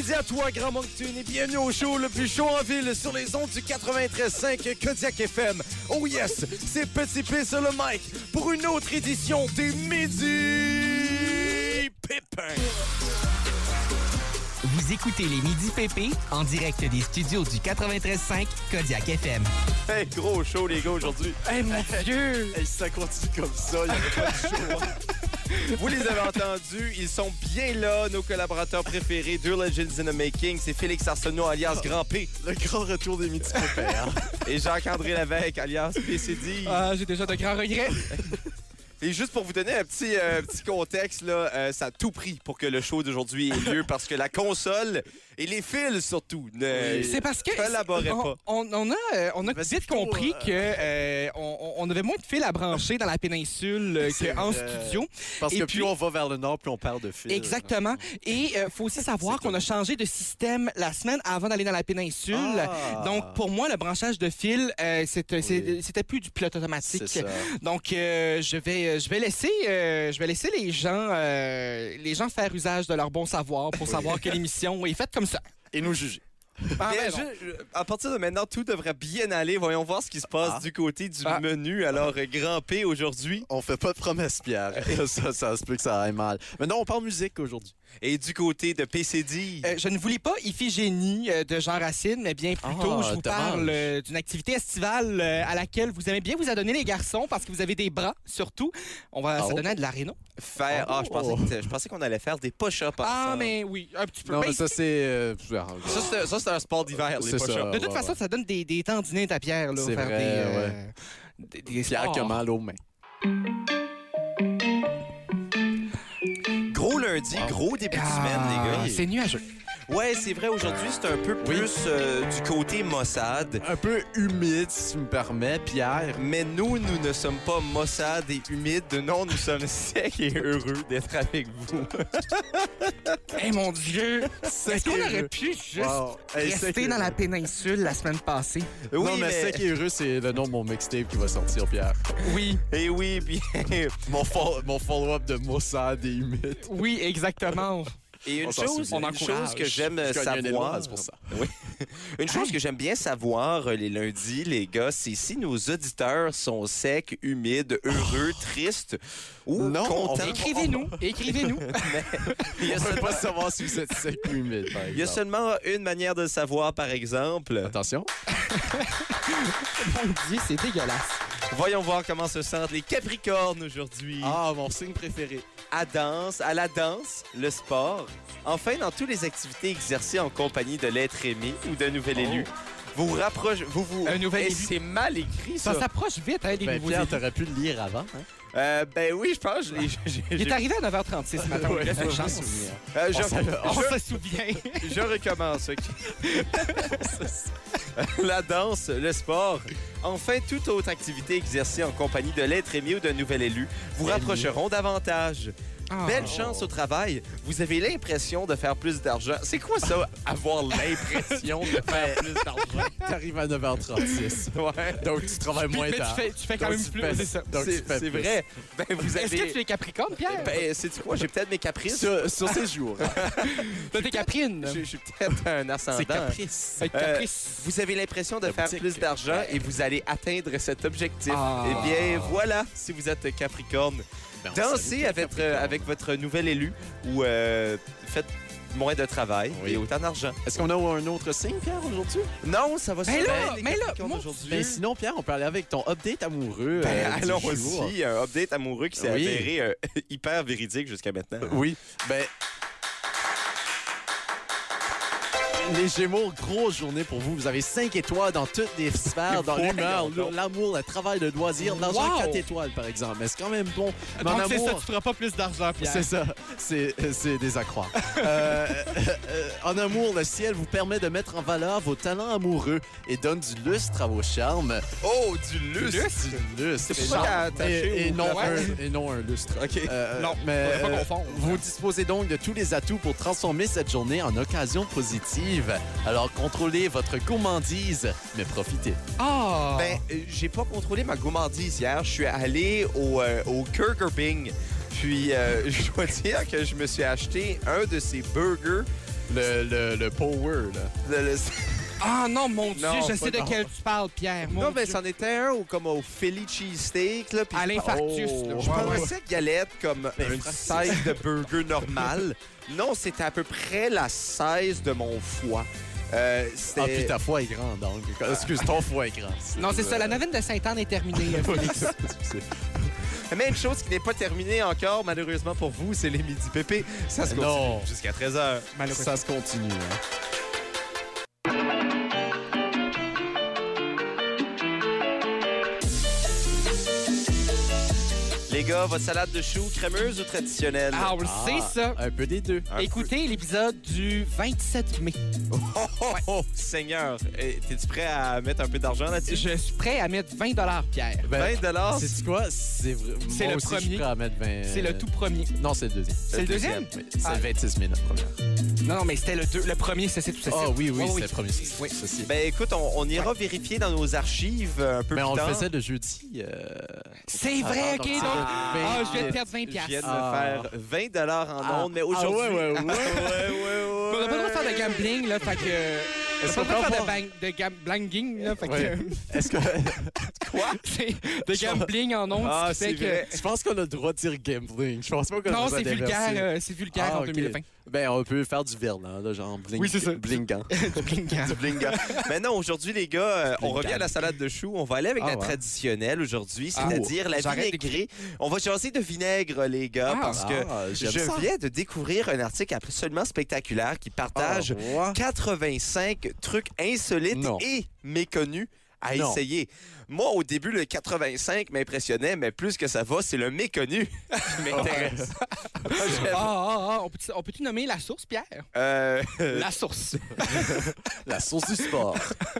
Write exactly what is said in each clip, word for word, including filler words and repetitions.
après-midi à toi, Grand Moncton, et bienvenue au show le plus chaud en ville sur les ondes du quatre-vingt-treize virgule cinq Kodiak F M. Oh yes, c'est Petit P sur le mic pour une autre édition des Midi Pépins. Vous écoutez les Midi Pépés en direct des studios du quatre-vingt-treize virgule cinq Kodiak F M. Hey, gros show, les gars, aujourd'hui. Hey, mon Dieu! Hey, si ça continue comme ça, il y a pas de show. Hein. Vous les avez entendus, ils sont bien là, nos collaborateurs préférés, deux Legends in the Making, c'est Félix Arsenault alias Grand P. Le grand retour des Midi Pépins. Hein? Et Jacques-André Lévesque alias P C D. Ah, j'ai déjà de grands regrets. Et juste pour vous donner un petit, euh, petit contexte, là, euh, ça a tout pris pour que le show d'aujourd'hui ait lieu parce que la console et les fils, surtout, ne Oui. C'est parce que collaboraient on, pas. On, on a, euh, on a Vas-y, vite plutôt, compris euh, que euh, on, on avait moins de fils à brancher dans la péninsule euh, C'est qu'en vrai. studio. Parce Et que puis- plus on va vers le nord, plus on perd de fil. Exactement. Et il euh, faut aussi savoir C'est qu'on a changé de système la semaine avant d'aller dans la péninsule. Ah. Donc, pour moi, le branchage de fil, euh, c'était Oui. c'était plus du pilote automatique. C'est ça. Donc, euh, je vais je vais laisser euh, je vais laisser les gens euh, les gens faire usage de leur bon savoir pour savoir que l'émission est faite comme ça. Et nous juger. Ah, Bien, ben non. je- je- à partir de maintenant, tout devrait bien aller. Voyons voir ce qui se passe Ah. du côté du Ah. menu. Alors, euh, Grand P aujourd'hui. On fait pas de promesses, Pierre. ça, ça se peut que ça aille mal. Mais non, on parle musique aujourd'hui. Et du côté de P C D. Euh, je ne vous lis pas Iphigénie euh, de Jean Racine, mais bien plutôt, Ah, je vous dommage. parle euh, d'une activité estivale euh, à laquelle vous aimez bien vous adonner les garçons parce que vous avez des bras, surtout. On va Ah, s'adonner oh. à de la réno. Faire. Ah, je pensais, que je pensais qu'on allait faire des push-ups Ah, ensemble. mais oui, un petit peu. Non, Ben, mais ça, c'est... euh, Ça, c'est, ça, c'est un sport d'hiver, les C'est ça. push-ups. de toute ouais, façon, ouais. ça donne des, des tendinites à Pierre, là, C'est faire vrai, des, euh, ouais. des, des Pierre sports. qui a mal aux mains. Gros lundi, gros début de Ah, semaine, les gars. c'est nuageux. Ouais, c'est vrai, aujourd'hui, c'est un peu Oui. plus euh, du côté Mossad. Un peu humide, si tu me permets, Pierre. Mais nous, nous ne sommes pas Mossad et humides. Non, nous sommes secs et heureux d'être avec vous. Eh mon Dieu! Est-ce qu'on aurait pu juste Wow. Hey, sec rester et dans la heureux. péninsule la semaine passée? Oui, non, mais, Sec et heureux, c'est le nom de mon mixtape qui va sortir, Pierre. Oui. Et oui, bien... Mon, fo- mon follow-up de Mossad et humide. Oui, exactement. Et une On s'en chose, souvient. une On encourage. chose que j'aime Je gagne un savoir... éloignement, c'est pour ça. Oui. Une chose que j'aime bien savoir euh, les lundis, les gars, c'est si nos auditeurs sont secs, humides, heureux, tristes ou Non, on contents. va- Écrivez-nous, écrivez-nous. Il y a On ne peut seulement, pas savoir si vous êtes sec ou humide, par il y a exemple. seulement une manière de le savoir, par exemple. Attention. Mon Dieu, c'est dégueulasse. Voyons voir comment se sentent les Capricornes aujourd'hui. Ah, mon signe préféré. À danse, à la danse, le sport. Enfin, dans toutes les activités exercées en compagnie de l'être aimé ou d'un nouvel Oh. élu, vous vous rapprochez... Vous vous... Un nouvel Eh, élu. c'est mal écrit, ça. Ça s'approche vite, hein, les Ben, nouveaux Pierre, élus. t'aurais pu le lire avant. Hein? Euh, ben oui, je pense. Je l'ai- j'ai- Il est j'ai- arrivé à neuf heures trente-six ce matin. Ouais, Laisse je une me chance. souviens. Euh, je, On s'en- On je- se souvient. je recommence. OK? La danse, le sport, enfin toute autre activité exercée en compagnie de l'être aimé ou d'un nouvel élu vous Aimé. rapprocheront davantage. Ah. Belle chance au travail. Vous avez l'impression de faire plus d'argent. C'est quoi ça, avoir l'impression de faire plus d'argent? T'arrives à neuf heures trente-six. Ouais. Donc, tu travailles moins Mais tu tard. fais, tu fais quand Donc, même tu plus. fais- C'est ça. donc, tu C'est fais c'est plus. vrai. Ben, vous Est-ce que avez... tu es Capricorne, Pierre? Ben, sais-tu quoi? J'ai peut-être mes caprices. Sur, sur ces jours. Toi, t'es Caprine. Je je suis peut-être un ascendant. C'est caprice. Fait que Euh, Caprice. Vous avez l'impression de La faire boutique. plus d'argent et vous allez atteindre cet objectif. Ah. Eh bien, voilà, si vous êtes Capricorne. Ben, on Dansez salue avec, Capricorne. euh, avec votre nouvel élu ou euh, faites moins de travail Oui. et autant d'argent. Est-ce qu'on a un autre signe, Pierre, aujourd'hui? Non, ça va Ben super là, bien, les mais là, Capricornes moi, aujourd'hui. Ben, sinon, Pierre, on peut aller avec ton update amoureux. Ben, euh, du allons jour. aussi, un update amoureux qui s'est Oui. avéré euh, hyper véridique jusqu'à maintenant. Oui. Ben. Les Gémeaux, grosse journée pour vous. Vous avez cinq étoiles dans toutes les sphères, dans l'humeur, Voyons donc. l'amour, le travail, le loisir. Dans un Wow. quatre étoiles, par exemple. Mais c'est quand même bon. Mais en Donc, c'est ça, amour, tu feras pas plus d'argent, Pierre. c'est ça. C'est c'est des accrocs. Euh, euh, en amour, le ciel vous permet de mettre en valeur vos talents amoureux et donne du lustre à vos charmes. Oh, du lustre! Du lustre. C'est pas ça attaché et, et au non plafond. un, et non un lustre. OK. Euh, Non, mais faudrait pas euh, confondre. vous disposez donc de tous les atouts pour transformer cette journée en occasion positive. Alors contrôlez votre gourmandise, mais profitez. Ah! Ben, euh, j'ai pas contrôlé ma gourmandise hier. Je suis allé au, euh, au Burger Bing. Puis, euh, je dois dire que je me suis acheté un de ces burgers Le, le, le power, là. Le- le- Ah non, mon Dieu, Non, je pas sais de non. quel tu parles, Pierre. Mon Non, mais Dieu. c'en était un au, comme au Philly cheesesteak. Là, puis À je- l'infarctus, Oh. là. Je Ouais, ouais. pensais qu'il allait être comme Mais un Francis. size de burger normal. Non, c'était à peu près la size de mon foie. Euh, c'était- Ah, puis ta foi est grande, donc. Excuse, ton foie est grand. Non, c'est ça, la novine de Sainte-Anne est terminée, euh, Félix. Mais une chose qui n'est pas terminée encore, malheureusement pour vous, c'est les midi pépés. Ça se continue Non. jusqu'à treize heures. Malheureusement. Ça se continue, hein. Les gars, votre salade de choux crémeuse ou traditionnelle? Ah, on le Ah, sait, ça. Un peu des deux. Un Écoutez l'épisode du vingt-sept mai. Oh, oh, oh, Seigneur! Eh, T'es-tu prêt à mettre un peu d'argent là-dessus? Je suis prêt à mettre vingt Pierre. Ben, vingt dollars? c'est quoi? C'est vrai. C'est moi le aussi, je suis premier. prêt à mettre vingt. C'est le tout premier. Non, c'est le deuxième. C'est le deuxième? Oui, c'est Ah. le vingt-six mai, notre première. Non, non, mais c'était le, deux, le premier, ça c'est tout ça. Ah oui, oui, Ouais, c'est le premier. c'est- Oui. ceci. Ben écoute, on, on ira vérifier dans nos archives euh, un peu Mais plus on le tard. faisait le jeudi. euh, C'est vrai, Ah, OK, donc donc. c'est Ah, le je viens de vingt- perdre vingt Je viens de Ah. faire vingt dollars en Ah. ondes, mais Ah, aujourd'hui... ouais, ouais, ouais. ouais, ouais, On n'a pas le droit de faire de gambling, là, fait que... On n'a Est-ce pas le droit qu'on de peut faire de, avoir- bang, de gam, blanging, là, fait que... Ouais. Est-ce que. Quoi? c'est de gambling en ondes, Ah, ce qui fait c'est que... vrai. Je pense qu'on a le droit de dire gambling. Je pense pas qu'on a Non, le droit c'est d'inverser. vulgaire, euh, c'est vulgaire Ah, en ok. deux mille vingt. Ben, on peut faire du verlan, là, genre bling, Oui, c'est ça. blingant. Du blinguant. Du blinga. Mais non, aujourd'hui, les gars, euh, on Blinga. revient à la salade de choux. On va aller avec Ah, la ouais. traditionnelle aujourd'hui, Ah, c'est-à-dire la j'arrête vinaigrée. On va jaser de vinaigre, les gars, Ah, parce que Ah, je j'aime ça. viens de découvrir un article absolument spectaculaire qui partage Ah, ouais. quatre-vingt-cinq trucs insolites Non. et méconnus à Non. essayer. Moi, au début, le quatre-vingt-cinq m'impressionnait, mais plus que ça va, c'est le méconnu qui m'intéresse. Ah, ah, ah, on peut-tu on peut-tu nommer la source, Pierre? Euh, La source. La source du sport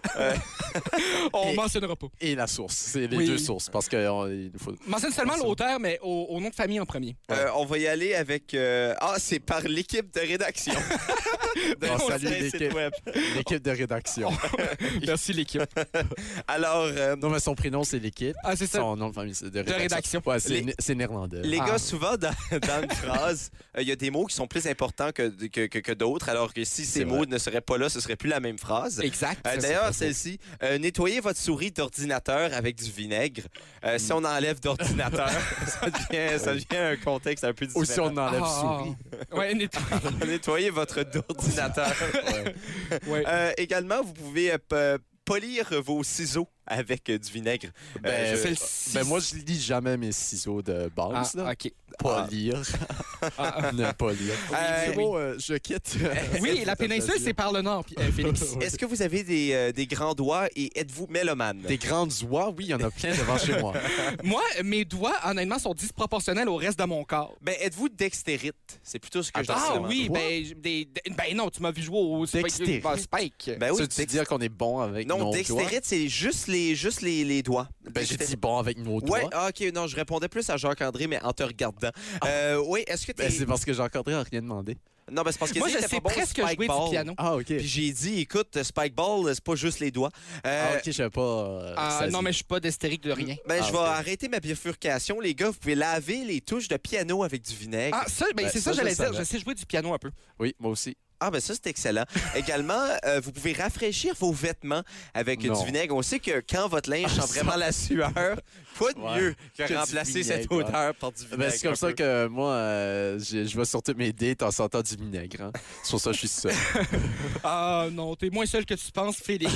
On Et- mentionnera pas. et la source. C'est les Oui. deux sources parce qu'il nous faut. Mentionne seulement Ça. l'auteur, mais au, au nom de famille en premier. euh, on va y aller avec... euh, Ah, c'est par l'équipe de rédaction. de Oh, mon salut, site l'équipe. web. L'équipe de rédaction. Merci, l'équipe. Alors, euh, Non, mais son prénom, c'est l'équipe. Ah, c'est ça. Son nom de famille, c'est de rédaction. rédaction. Ouais, c'est Les- né- c'est néerlandais. les Ah. gars, souvent, dans, dans une phrase, euh, il y a des mots qui sont plus importants que, que, que, que d'autres, alors que si ces C'est mots vrai. ne seraient pas là, ce serait plus la même phrase. Exact. Euh, Ça, c'est D'ailleurs, pas faux. celle-ci, euh, nettoyez votre souris d'ordinateur avec du vinaigre. Euh, Si on enlève d'ordinateur, ça, devient, ça devient un contexte un peu Ou si différent. on enlève Ah, souris. ah. Ouais, nettoyer. Nettoyez votre ordinateur. Ouais. Euh, également, vous pouvez euh, p- polir vos ciseaux avec euh, du vinaigre. Ben, Euh, c'est je- le six. ben, moi, je lis jamais mes ciseaux de Ah, base. là. OK. Pas Ah. lire. Ah, ah. ne pas lire. Euh, c'est bon, euh, je quitte. Oui, la péninsule, c'est par le nord, Pi- euh, Félix. Est-ce que vous avez des, euh, des grands doigts et êtes-vous mélomane? Des grandes oies, oui, il y en a plein devant chez moi. Moi, mes doigts, honnêtement, sont disproportionnels au reste de mon corps. Ben, êtes-vous dextérite? C'est plutôt ce que je dois Ah demander. oui, Quoi? ben, j- des, des- ben non, tu m'as vu jouer au Spike. Dextérite. bah, Spike. Ben oui, Ça, tu dex- dire qu'on est bon avec Non, nos doigts? dextérite, c'est juste les, juste les, les doigts. Ben, j'ai dit bon avec nos doigts. Ouais, ah, ok, non, je répondais plus à Jacques-André, mais en te regardant. Euh, oui, est-ce que t'es... Ben, c'est parce que Jean-André n'a rien demandé. Non, ben, c'est parce que Moi, tu je sais, t'es sais pas bon au presque spike jouer ball. du piano. Ah, OK. Puis j'ai dit, écoute, Spike Ball, c'est pas juste les doigts. Euh, Ah, OK, je savais pas. euh, Ah, saisi. non, mais je suis pas d'hystérique de rien. Ben, Ah, je vais ok. arrêter ma bifurcation, les gars. Vous pouvez laver les touches de piano avec du vinaigre. Ah, ça, ben, Ben, c'est ça, ça, j'allais je dire. savais. Je sais jouer du piano un peu. Oui, moi aussi. Ah, ben ça, c'est excellent. Également, euh, vous pouvez rafraîchir vos vêtements avec euh, Non. du vinaigre. On sait que quand votre linge Ah, sent ça- vraiment la sueur, pas de Ouais. mieux que, Que du remplacer cette vinaigre, ouais. odeur par du vinaigre. Ben, c'est comme un ça peu. que moi, euh, je, je vais sur toutes mes dates en sentant du vinaigre. Hein. C'est pour ça que je suis seul. Ah non, t'es moins seul que tu penses, Félix.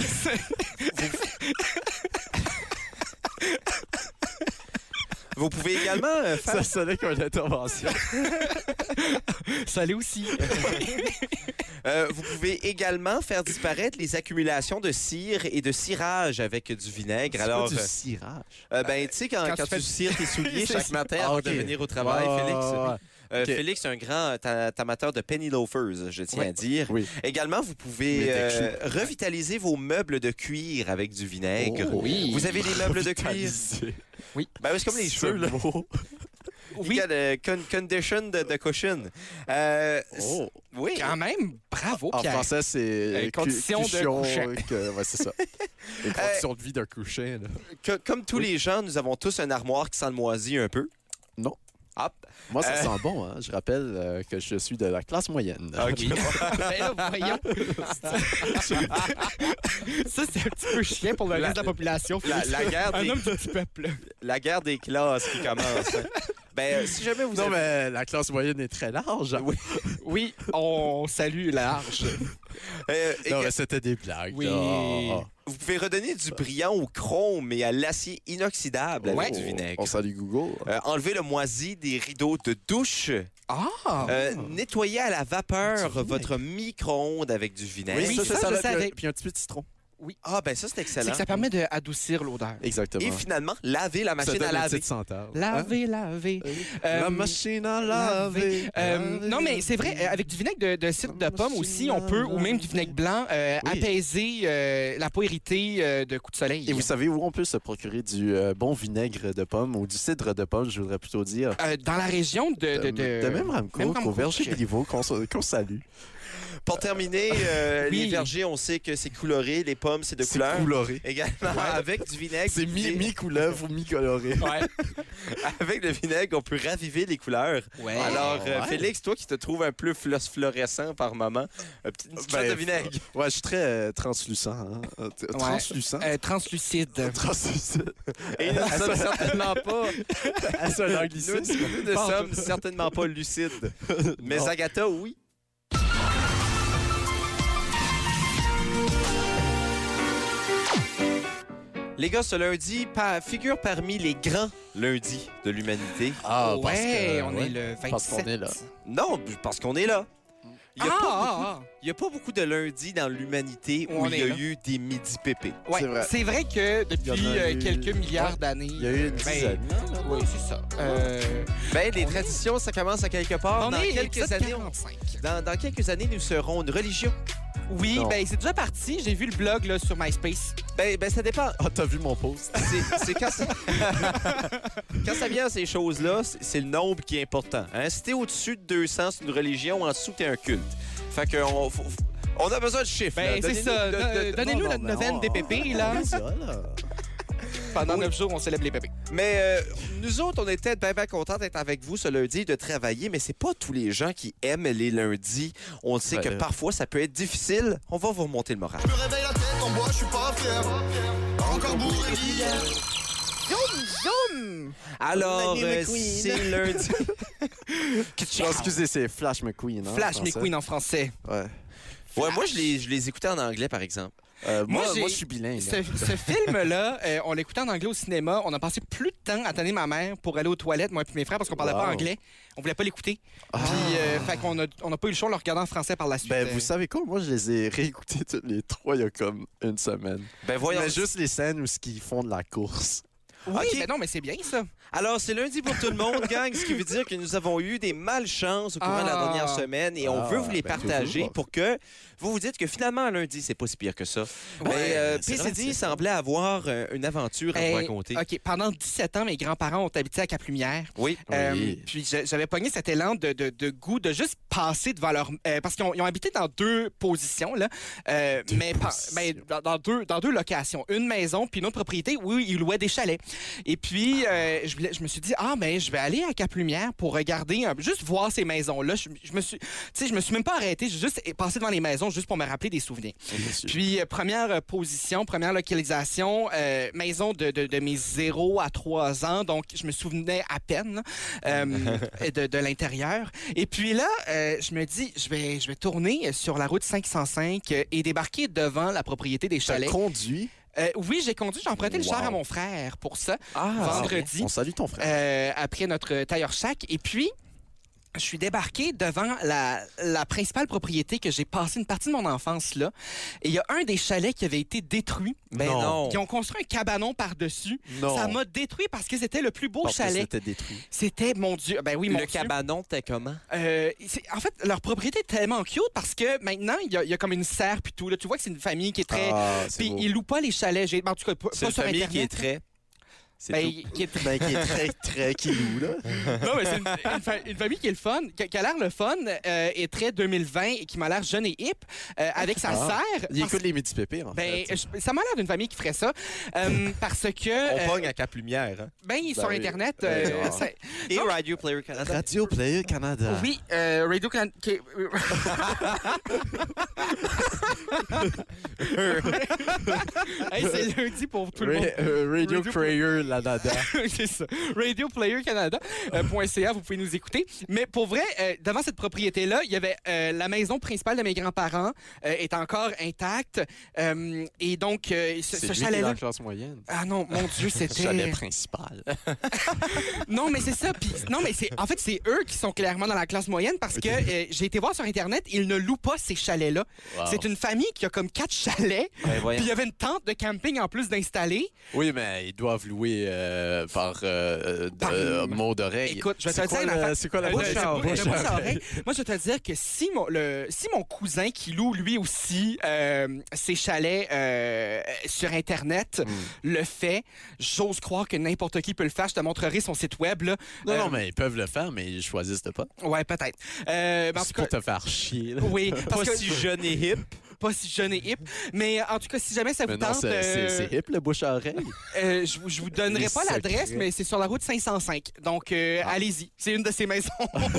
Vous pouvez également euh, faire... Ça sonnait comme une intervention. Salut aussi. euh, vous pouvez également faire disparaître les accumulations de cire et de cirage avec du vinaigre. Alors, du euh, cirage. euh, ben, tu sais, quand, quand quand tu fais tu du- cires tes souliers C'est chaque ça. matin Ah, avant ok. de venir au travail, Ouais, Félix. ouais, ouais. Euh, Ok. Félix est un grand ta- amateur de penny loafers, je tiens Ouais. à dire. Oui. Également, vous pouvez Mais euh, t'es revitaliser vos meubles de cuir avec du vinaigre. Oh. Oui. Vous avez des meubles de cuir? Revitaliser. Ben, c'est comme les Ce cheveux, là. mot. Oui, Regarde, euh, con- condition de, de cushion. Euh, Oh. Oui. quand même. Bravo, En Pierre. français, c'est... Euh, cu- conditions de cuchon, couchant. que- Ouais, c'est ça. Les conditions de vie d'un coucher. Là. Que- comme tous Oui. les gens, nous avons tous un armoire qui sent le moisi un peu. Non. Hop. Moi, ça Euh. sent bon. Hein? Je rappelle euh, que je suis de la classe moyenne. OK. Ben là, voyons. Ça, c'est un petit peu chiant pour le La- reste de la population. La, Félix. la guerre Un des, homme du petit peuple. la guerre des classes qui commence. hein. Ben, euh, si jamais vous Non, avez- mais la classe moyenne est très large. Oui. Oui, on salue large. Euh, et Non, que- mais c'était des blagues. Oui. là. vous pouvez redonner du brillant au chrome et à l'acier inoxydable avec Ouais. du vinaigre. On salue Google. Euh, enlever le moisi des rideaux de douche. Ah! Euh, nettoyer à la vapeur Du vinaigre. votre micro-ondes avec du vinaigre. Oui, ça, je va, savais. puis- Puis un petit peu de citron. Ah, ben ça, c'est C'est excellent. que ça permet d'adoucir l'odeur. Exactement. Et finalement, laver la Ça machine donne à une laver. petite senteur. Laver, laver. Hein? Euh, La machine à laver. Euh, laver. non, mais c'est vrai, euh, avec du vinaigre de, de cidre de pomme aussi, on peut, ou même du vinaigre blanc, euh, Oui. apaiser euh, la peau irritée euh, de coups de soleil. Et vous savez où on peut se procurer du euh, bon vinaigre de pomme ou du cidre de pomme, je voudrais plutôt dire. Euh, dans la région de... De, de, de même Ramcourt, même au Ramcourt. Verger Béliveau, qu'on s- qu'on salue. Pour terminer, euh, Oui. les vergers, on sait que c'est coloré. Les pommes, c'est de C'est couleur. coloré. Également, avec du vinaigre. C'est du mi- vinaigre- mi-couleuvre ou mi-coloré. Ouais. Avec le vinaigre, on peut raviver les couleurs. Ouais. Alors, euh, Ouais. Félix, toi qui te trouves un peu flos- fluorescent par moment, un petit, une petite Ben, shot de vinaigre. Ouais, je suis très euh, translucent. Hein? Euh, t- Translucent? Euh, translucide. Translucent. Et nous ne sommes certainement pas... Ah, c'est un Nous, anglicisme. nous ne sommes certainement pas lucides. Mais Non. Agatha, oui. Les gars, ce lundi pa- figure parmi les grands lundis de l'humanité. Ah, ouais, parce que, on ouais. est le vingt-sept. Parce qu'on est là. Non, parce qu'on est là. Il n'y a, Ah, pas ah, beaucoup- ah. il y a pas beaucoup de lundis dans l'humanité où On il y est a là. eu des midi pépés. Ouais, C'est vrai. c'est vrai que depuis Il y en a euh, eu- quelques milliards Ouais. d'années... Il y a eu une ben, dizaine. Oui, c'est ça. Euh, Ben, les On est- traditions, ça commence à quelque part. on dans, est quelques épisode années, on- quarante-cinq. dans, dans quelques années, nous serons une religion. Oui, Non. ben c'est déjà parti. J'ai vu le blog là, sur MySpace. Ben, ben ça dépend. Ah, t'as vu mon post? C'est c'est quand, ça... quand ça vient à ces choses-là, c'est c'est le nombre qui est important. Hein? Si t'es au-dessus de deux cents, c'est une religion. En dessous, t'es un culte. Fait qu'on faut- on a besoin de chiffres. Ben, là. c'est Donnez-nous- ça. de- de- Don- Donnez-nous Non, notre non, neuvaine non, des pépés, on- là. on est ça, là. Pendant Oui. neuf jours, on célèbre les pépés. Mais euh, nous autres, on était bien, bien contents d'être avec vous ce lundi et de travailler, mais c'est pas tous les gens qui aiment les lundis. On sait Ben, que là. parfois, ça peut être difficile. On va vous remonter le moral. Je me réveille la tête en bois, je suis pas fier. Encore bourré d'hier. Zoom! Alors, Lightning euh, McQueen. c'est lundi. Non, excusez, c'est Flash McQueen. Hein, Flash en français. McQueen en français. Ouais. Ouais, moi, je les, je les écoutais en anglais, par exemple. Euh, moi, Moi, j'ai- moi, je suis bilingue. Ce, ce film-là, euh, on l'écoutait en anglais au cinéma. On a passé plus de temps à attendre ma mère pour aller aux toilettes, moi et mes frères, parce qu'on parlait Wow. pas anglais. On voulait pas l'écouter. Ah. Puis, euh, fait qu'on a, on a pas eu le choix de le regarder en français par la suite. Ben, Euh, vous savez quoi? Moi, je les ai réécoutés tous les trois il y a comme une semaine. Ben, voyons. Mais juste les scènes où ils font de la course. Oui, Ok. mais non, mais c'est bien ça. Alors, c'est lundi pour tout le monde, gang, ce qui veut dire que nous avons eu des malchances au courant de la Ah. dernière semaine et on Ah, veut vous les ben, partager toujours. pour que vous vous dites que finalement, un lundi, c'est pas si pire que ça. Ouais, Mais euh, c'est P C D relatif. semblait avoir euh, une aventure à vous Hey, raconter. OK, pendant dix-sept ans, mes grands-parents ont habité à Cap-Lumière. Oui. Euh, Oui. puis j'a- j'avais pogné cet élan de, de- de goût de juste passer devant leur... euh, parce qu'ils ont, ils ont habité dans deux positions, là. Euh, mais par- ben, dans, dans deux, dans deux locations. Une maison, puis une autre propriété où ils louaient des chalets. Et puis, euh, je, voulais- je me suis dit, ah, ben, je vais aller à Cap-Lumière pour regarder, un- juste voir ces maisons-là. Je, je me suis... Tu sais, je me suis même pas arrêté. J'ai juste passé devant les maisons juste pour me rappeler des souvenirs. Monsieur. Puis, euh, première euh, position, première localisation, euh, maison de, de, de mes zéro à trois ans, donc je me souvenais à peine euh, de, de l'intérieur. Et puis là, euh, je me dis, je vais, je vais tourner sur la route cinq cent cinq euh, et débarquer devant la propriété des T'as chalets. conduit. Euh, oui, j'ai conduit, j'ai emprunté le char Wow. à mon frère pour ça, Ah, vendredi, On salue ton frère. euh, après notre tailleur shack. Et puis, je suis débarqué devant la, la principale propriété que j'ai passé une partie de mon enfance là. Et il y a un des chalets qui avait été détruit. Ben Non. non. Ils ont construit un cabanon par-dessus. Non. Ça m'a détruit parce que c'était le plus beau Parce que chalet. C'était détruit. C'était, mon Dieu, ben oui, mon Le Dieu. cabanon, t'es comment? Euh, c'est- en fait, leur propriété est tellement cute parce que maintenant, il y, a- il y a comme une serre puis tout. Là. Tu vois que c'est une famille qui est très... Ah, c'est Puis beau. ils louent pas les chalets. J'ai... En tout cas, pas, C'est pas une sur famille Internet. qui est très... C'est Ben, tout. qui est Ben, qui est très, très kilou, là. Non, mais c'est une, une fa- une famille qui est le fun, qui, qui a l'air le fun, euh, est très deux mille vingt et qui m'a l'air jeune et hip, euh, avec sa Ah. sœur. Il parce- écoute les midi pépés, en ben, fait. je- ça m'a l'air d'une famille qui ferait ça. euh, parce que. On euh, pogne à Cap-Lumière. Hein? ben, sur oui. Internet. Ben, euh, ah. c'est- Et Non. Radio Player Canada. Radio Player Canada. Oui, euh, Radio Can... qui- Hey, c'est lundi pour tout le monde. Ra- euh, Radio Radio Player Canada. C'est ça. Radio Player Canada euh, point C A, vous pouvez nous écouter. Mais pour vrai, euh, devant cette propriété-là, il y avait euh, la maison principale de mes grands-parents euh, est encore intacte. Euh, et donc, euh, ce, C'est ce lui qui est dans chalet-là. la classe moyenne. Ah non, mon Dieu, c'était. Chalet principal. Non, mais c'est ça. Puis non, mais c'est en fait c'est eux qui sont clairement dans la classe moyenne parce que euh, j'ai été voir sur internet, ils ne louent pas ces chalets-là. Wow. C'est une famille qui a comme quatre chalets. Ben, Puis voyons. il y avait une tente de camping en plus d'installer. Oui, mais ils doivent louer euh, par euh, Par- euh, mot d'oreille. Écoute, je vais te C'est dire quoi une le- affaire. C'est quoi la Euh, bouche le- à le- le bouche bouche à à oreille. Moi, je vais te dire que si mon, le, si mon cousin qui loue lui aussi euh, ses chalets euh, sur Internet Hmm. le fait, j'ose croire que n'importe qui peut le faire. Je te montrerai son site web. Là. Non, Euh, non, mais ils peuvent le faire, mais ils choisissent de pas. Ouais, peut-être. Euh, mais en C'est tout pour cas, te faire chier, là. oui, parce Pas que si jeune et hip. pas si jeune et hip. Mais en tout cas, si jamais ça vous Mais non, tente, c'est euh, c'est- c'est hip, le bouche à oreille. euh, je, vous- je vous donnerai Les pas l'adresse, secrets. mais c'est sur la route cinq cent cinq. Donc, euh, Ah. allez-y. C'est une de ces maisons.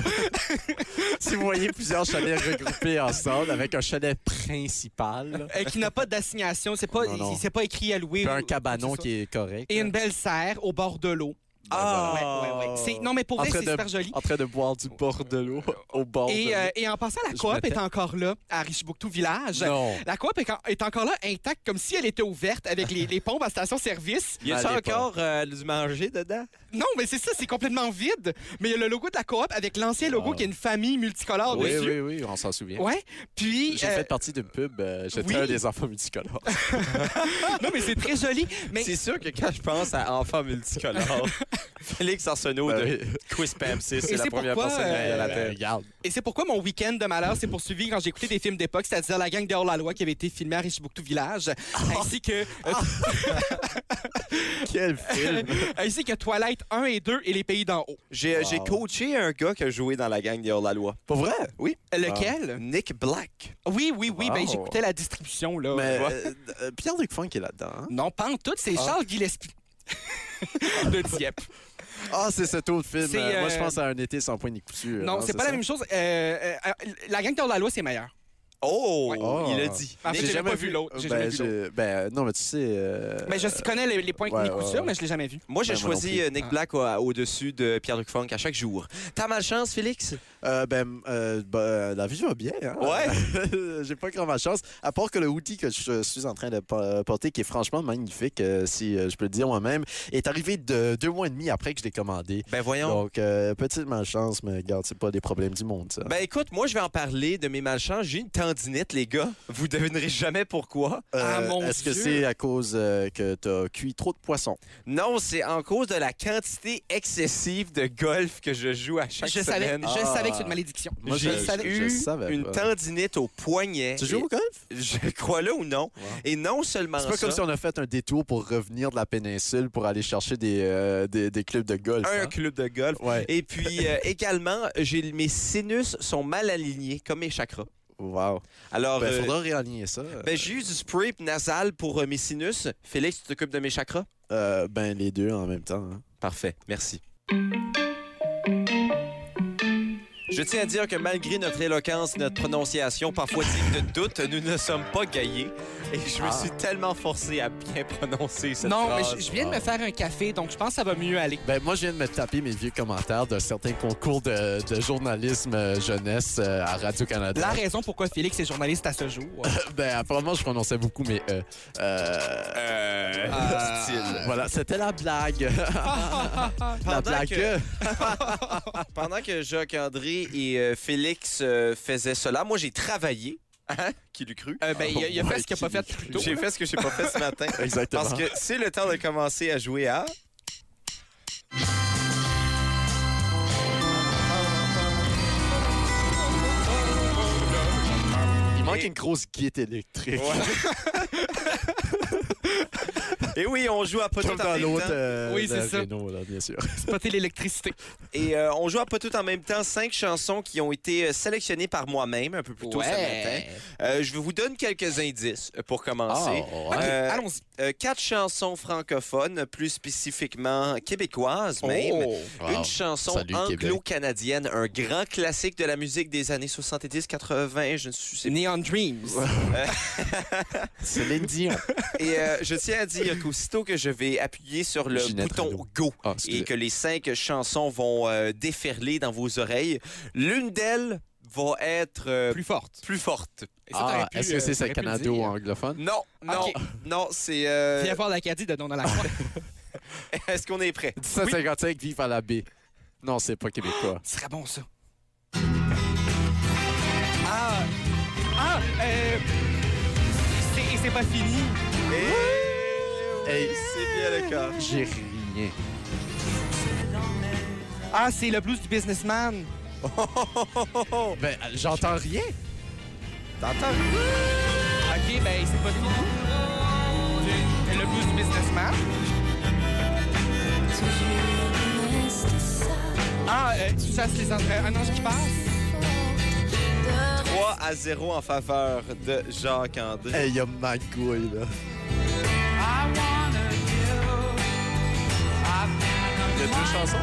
Si vous voyez plusieurs chalets regroupés ensemble avec un chalet principal, euh, qui n'a pas d'assignation. C'est pas, Non, non. il- c'est pas écrit à louer. puis ou- un cabanon c'est ça. qui est correct. Et une belle serre au bord de l'eau. Ah! Ouais, ouais, ouais. C'est- Non, mais pour En vrai, train c'est de- super joli. En train de boire du bord de l'eau au bord de Et, l'eau. euh, et en passant, la Je coop me est tais. encore là, à Richibouctou Village. Non. La coop est, en- est encore là, intacte, comme si elle était ouverte avec les, les pompes à station-service. Y a Allez, pas. encore euh, du manger dedans? Non, mais c'est ça, c'est complètement vide. Mais il y a le logo de la coop avec l'ancien logo Ah. qui est une famille multicolore Oui, dessus. oui, oui, on s'en souvient. Ouais. Puis. J'ai euh, fait partie d'une pub. euh, J'étais oui. un des enfants multicolores. Non, mais c'est très joli. Mais C'est sûr que quand je pense à enfants multicolores, Félix Arsenault Ben de oui. Quiz Pam, c'est Et c'est la c'est première pourquoi, personne qui me vient à la euh, tête. Regarde. Et c'est pourquoi mon week-end de malheur s'est poursuivi quand j'ai écouté des films d'époque, c'est-à-dire La gang de hors-la-loi qui avait été filmée à Richibouctou Village, ainsi que euh, Quel film! ainsi que Twilight un et deux et Les Pays d'en haut. J'ai Wow. j'ai coaché un gars qui a joué dans la gang des hors-la-loi. Pour vrai? Lequel? Nick Black. Oui, oui, oui, ben Wow. j'écoutais la distribution, là. Mais Ouais. euh, euh, Pierre-Luc Funk est là-dedans. hein? Non, pas en tout, c'est Ah. Charles Gillespie. de Dieppe. Ah, c'est cet autre film. C'est, Euh, Moi, je euh, pense à Un été sans point ni couture. Non, c'est pas la même chose. Euh, euh, euh, la gang de hors-la-loi, c'est meilleur. Oh, Ouais. il a dit. En fait, Nick- j'ai jamais vu l'autre. J'ai jamais Ben, vu j'ai- ben, non, mais tu sais. euh, Mais je connais les, les points ouais, ni ouais, couture, ouais. mais je l'ai jamais vu. Moi, j'ai Ben, moi non choisi plus. euh, Nick Ah. Black au- au-dessus de Pierre-Luc Funk à chaque jour. T'as malchance, Félix? Euh, ben, euh, ben, la vie va bien. Hein? Ouais. J'ai pas grand malchance. À part que le hoodie que je suis en train de po- porter, qui est franchement magnifique, euh, si euh, je peux le dire moi-même, est arrivé de deux mois et demi après que je l'ai commandé. Ben voyons. Donc, euh, petite malchance, mais regarde, c'est pas des problèmes du monde, ça. Ben écoute, moi je vais en parler de mes malchances. J'ai une tendinite, les gars. Vous devinerez jamais pourquoi. Ah, mon Est-ce que Dieu. c'est à cause euh, que t'as cuit trop de poissons? Non, c'est en cause de la quantité excessive de golf que je joue à chaque Je savais, semaine. je Ah. savais que c'est une malédiction. Moi, J'ai je- je- je eu savais une pas. tendinite au poignet. Tu joues au golf? Je crois là ou non. Wow. Et non seulement C'est pas ça, comme si on a fait un détour pour revenir de la péninsule pour aller chercher des, euh, des, des clubs de golf. un hein? club de golf. Ouais. Et puis euh, également, j'ai mes sinus sont mal alignés comme mes chakras. Wow. Alors, Ben, euh, faudra réaligner ça. ben, j'ai eu du spray nasal pour euh, mes sinus. Félix, tu t'occupes de mes chakras? Euh, ben, les deux en même temps. hein. Parfait, merci. Je tiens à dire que malgré notre éloquence et notre prononciation parfois digne de doute, nous ne sommes pas gaillés. Et je me Ah. suis tellement forcé à bien prononcer cette Non, mais phrase. je, je viens de me faire un café, donc je pense que ça va mieux aller. Ben, moi, je viens de me taper mes vieux commentaires d'un certain concours de, de journalisme euh, jeunesse euh, à Radio-Canada. La raison pourquoi Félix est journaliste à ce jour. Ben, apparemment, je prononçais beaucoup mes E. Euh, Euh, Euh, style. Voilà, c'était la blague. la Pendant blague. que- Pendant que Jacques-André et euh, Félix euh, faisaient cela, moi, j'ai travaillé. Hein? Qui l'eût cru? Euh, ben, il a, il a Ouais, fait ce qu'il n'a pas qui- fait plus tôt. J'ai fait ce que j'ai pas fait ce matin. Exactement. Parce que c'est le temps de commencer à jouer à... Il manque Et- une grosse guide électrique. Et oui, on joue à pas tout Comme en dans même l'autre temps. euh, Oui, de c'est ça. Renault, là, bien sûr. Spotter l'électricité. Et euh, on joue à pas tout en même temps cinq chansons qui ont été euh, sélectionnées par moi-même un peu plus tôt ce matin. Euh, je vous donne quelques indices euh, pour commencer. Oh, OK, ouais. Euh, allons-y. Euh, quatre chansons francophones, plus spécifiquement québécoises même. Oh. Wow. Une chanson Salut, Québec. anglo-canadienne, un grand classique de la musique des années soixante-dix quatre-vingt, je ne sais Neon Dreams. Céline Dion. Et euh, je tiens à dire qu'aussitôt que je vais appuyer sur le Ginette bouton Renault. Go Ah, et excusez. que les cinq chansons vont euh, déferler dans vos oreilles, l'une d'elles va être euh, Plus forte. plus forte. Et ça, t'aurais Ah, pu, est-ce que euh, c'est t'aurais pu le dire. canado-anglophone? Non, non, Ok. non, c'est... euh, Viens voir l'Acadie de Don Lacroix. Est-ce qu'on est prêt? dix-sept cinquante-cinq, vive à la baie. Non, c'est pas québécois. Ce serait bon, ça. Ah! Ah! Euh... c'est- Et c'est pas fini. Hey, C'est bien le cas. j'ai rien. Ah, c'est le blues du businessman. Ben, j'entends rien. T'entends? OK, ben c'est pas fini. Le blues du businessman. Ah, euh, tu chasses les anges. Un ange qui passe. trois à zéro en faveur de Jacques-André. Hey, y a Magouille, là. Il y a deux chansons?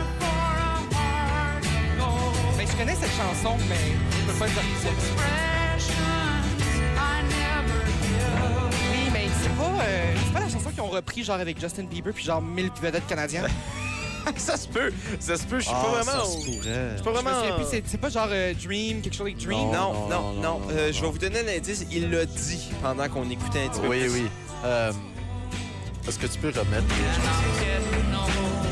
Ben, je connais cette chanson, mais je peux pas dire qui c'est. Oui, mais c'est pas, euh, c'est pas la chanson qu'ils ont repris genre avec Justin Bieber puis genre mille vedettes canadiennes. Ça se peut, ça se peut, je suis Ah, pas vraiment... ça se pourrait. Je suis pas Je me vraiment... souviens plus, c'est- c'est pas genre euh, Dream, quelque chose avec Dream. Non, Non, non, non, non. non, Euh, non, je vais non. vous donner un indice. Il l'a dit pendant qu'on écoutait un petit peu Oui, plus. oui. Euh, Est-ce que tu peux remettre les chansons?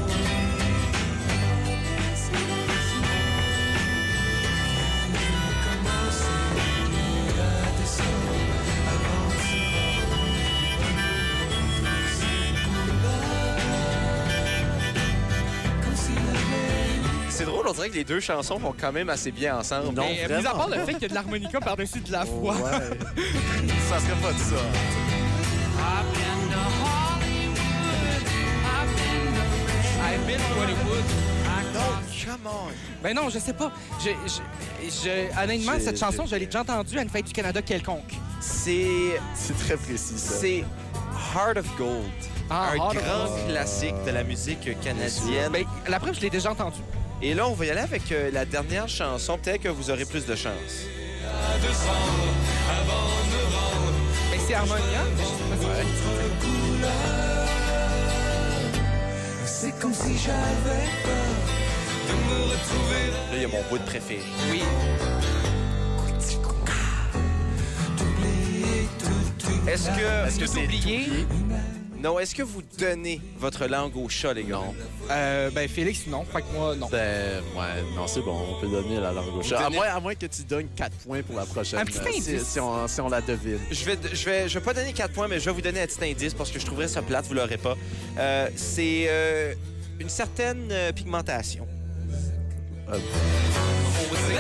C'est drôle, on dirait que les deux chansons vont quand même assez bien ensemble. Non. Mais, euh, mis à vraiment part le pas. fait qu'il y a de l'harmonica par-dessus de la voix. Ouais. Ça serait pas de ça. I've been to Hollywood. Non, come on. Ben non, je sais pas. Je, je, je- honnêtement, J'ai- cette chanson, j'ai- je l'ai déjà entendue à une fête du Canada quelconque. C'est... C'est très précis, ça. C'est Heart of Gold. Ah, un Heart of grand Gold. classique de la musique canadienne. Ben, la preuve, je l'ai déjà entendue. Et là, on va y aller avec euh, la dernière chanson. Peut-être que vous aurez plus de chance. Ben, c'est Harmonia. mais je sais pas si- C'est comme si j'avais peur de me retrouver Là, il y a mon bout de préféré. Oui. d'oublier tout, tout. Est-ce que... Est-ce que c'est oublié? Non, est-ce que vous donnez votre langue au chat, les gars? Non. Euh, ben, Félix, non. Fait que moi, non. Ben, ouais, non, c'est bon. On peut donner la langue au chat. À donnez- moins, à moins que tu donnes quatre points pour la prochaine. Un petit euh, si, indice. si on, si on la devine. Je vais, je vais, je vais pas donner quatre points, mais je vais vous donner un petit indice parce que je trouverais ça plate, vous l'aurez pas. Euh, c'est euh, une certaine euh, pigmentation. Euh, Osez.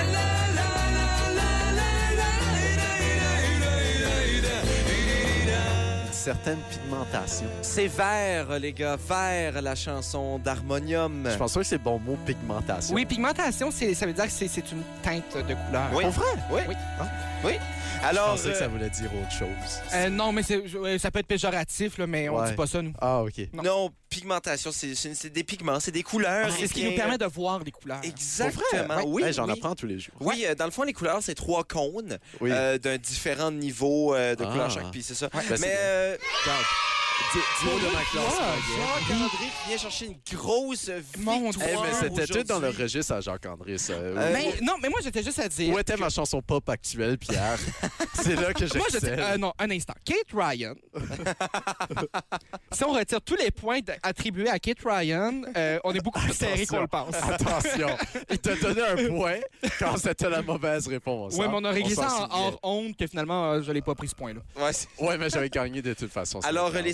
une certaine pigmentation. C'est vert, les gars, vert, la chanson d'Harmonium. Je pense pas que c'est le bon mot, pigmentation. Oui, pigmentation, c'est- ça veut dire que c'est c'est une teinte de couleur. Oui. Pour vrai? Oui. Oui. Oui. Je Alors, pensais que ça euh, voulait dire autre chose. Euh, non, mais c'est- euh, ça peut être péjoratif, là, mais on Ouais. dit pas ça, nous. Ah, OK. non. non, pigmentation, c'est c'est- c'est des pigments, c'est des couleurs. C'est ce qui bien- nous permet de voir des couleurs. Exactement, Ouais. oui. Hey, J'en oui. apprends tous les jours. Oui, euh, dans le fond, les couleurs, c'est trois cônes Oui. euh, d'un différent niveau euh, de Ah. couleur chaque, puis c'est ça. Ben, c'est Mais bien. euh, Regarde, dis- dis-moi de ma classe. Ah, Regarde. Jacques-André qui vient chercher une grosse Mon victoire. Eh, mais c'était tout dans le aujourd'hui. registre à Jacques-André, ça. Euh, Mais, non, mais moi, j'étais juste à dire. Où était ma chanson pop actuelle, Pierre? C'est là que Moi, j'étais. j'excelle. euh, non, un instant. Kate Ryan. Si on retire tous les points d- attribués à Kate Ryan, euh, on est beaucoup plus serré qu'on le pense. Attention, il t'a donné un point quand c'était la mauvaise réponse. Oui, hein? mais on a réglé s'en ça en souvient. hors honte que finalement, euh, je l'ai pas pris ce point-là. Ouais, c'est- Ouais, mais j'avais gagné de toute façon. c'est Alors, grave. les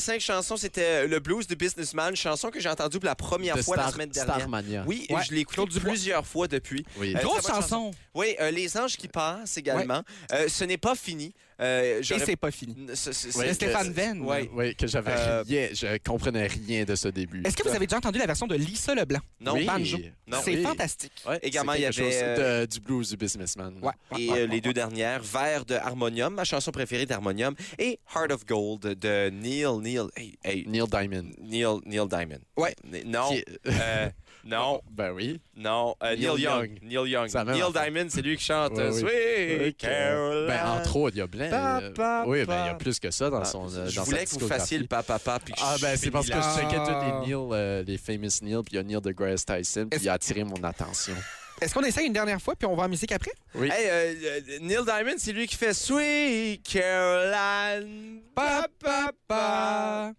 cinq chansons, c'était le blues de Businessman, chanson que j'ai entendue pour la première De fois la Star- semaine dernière. Starmania. Oui, Ouais. je l'ai écouté Claude Dubois. plusieurs fois depuis. Oui. Euh, Grosse très bonne chanson. Oui, euh, Les Anges qui passent également. Euh, ce n'est pas fini. Euh, Et j'aurais- c'est pas fini. Ce- ce- Ouais, De c'est- Stéphane Venn. Ouais. Oui, que j'avais Euh, rien, je comprenais rien de ce début. Est-ce que vous avez déjà entendu la version de Lisa Leblanc? Non, oui. banjo. Non. C'est Oui. fantastique. Ouais, Également, c'est il y quelque avait, chose euh, de- du blues du Businessman. Ouais. Et euh, les deux dernières, Vers de Harmonium, ma chanson préférée d'Harmonium, et Heart of Gold de Neil, Neil, hey, hey, Neil Diamond. Neil, Neil Diamond. Ouais. N- Non, Qui- euh, non, Ben oui. non, euh, Neil, Neil Young. Young. Neil Young. C'est la même Neil affaire. Diamond, c'est lui qui chante Ouais, euh, oui. Sweet Oui, que- Caroline. Ben, entre autres, il y a plein. Pa, euh, pa, oui, ben, pa. il y a plus que ça dans Ah, son. euh, je dans voulais sa que vous discographie. fassiez le papa papa. puis que Ah, je ben, c'est parce que je Ah. checkais tous les Neil, euh, les famous Neil, puis il y a Neil deGrasse Tyson, puis Est-ce- il a attiré mon attention. Est-ce qu'on essaye une dernière fois, puis on va en musique après? Oui. Hey, euh, euh, Neil Diamond, c'est lui qui fait Sweet Caroline. Pa, pa, pa.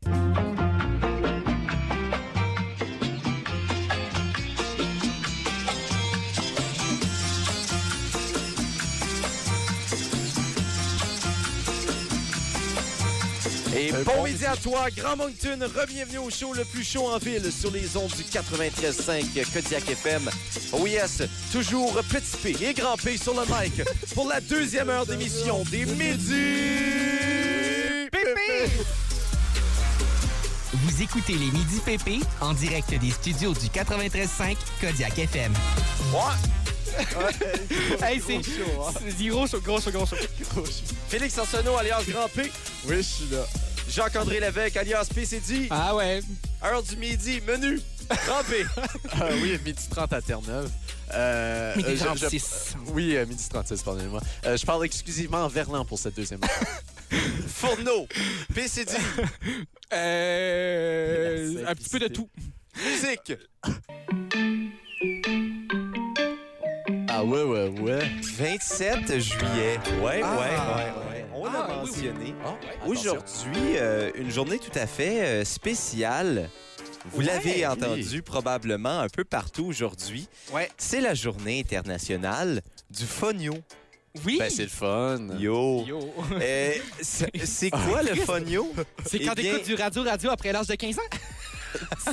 Et Euh, bon bon midi à toi, Grand Moncton. Re-bienvenue au show le plus chaud en ville sur les ondes du quatre-vingt-treize cinq Kodiak F M. Oh yes, toujours Petit P et Grand P sur le mic pour la deuxième heure d'émission des Midi Pépé. Vous écoutez les Midi P P en direct des studios du quatre-vingt-treize cinq Kodiak F M. Ouais. Hey, c'est c'est gros show, gros show, gros show. Félix Arsenault alias Grand P. Oui, je suis là. Jacques-André Lévesque alias P C D. Ah ouais. Heure du midi, menu. Grand P. Ah oui, midi trente à Terre-Neuve. Euh, Midi euh, je- je- trente-six. Oui, euh, midi trente-six, pardonnez-moi. Euh, je parle exclusivement en verlan pour cette deuxième heure. Fourneau. P C D. Euh, La un petit peu de tout. Musique. Ah ouais, ouais, ouais. vingt-sept juillet. Ouais, Ah. ouais, ouais, ouais. On Ah, a oui, oui. mentionné. Oh, Aujourd'hui, euh, une journée tout à fait euh, spéciale. Vous Ouais, l'avez oui. entendu probablement un peu partout aujourd'hui. Ouais. C'est la journée internationale du fonio. Oui. Ben, c'est le fun. Yo. Yo. Euh, c'est c'est quoi le fonio? C'est quand Eh bien- t'écoutes du radio-radio après l'âge de quinze ans?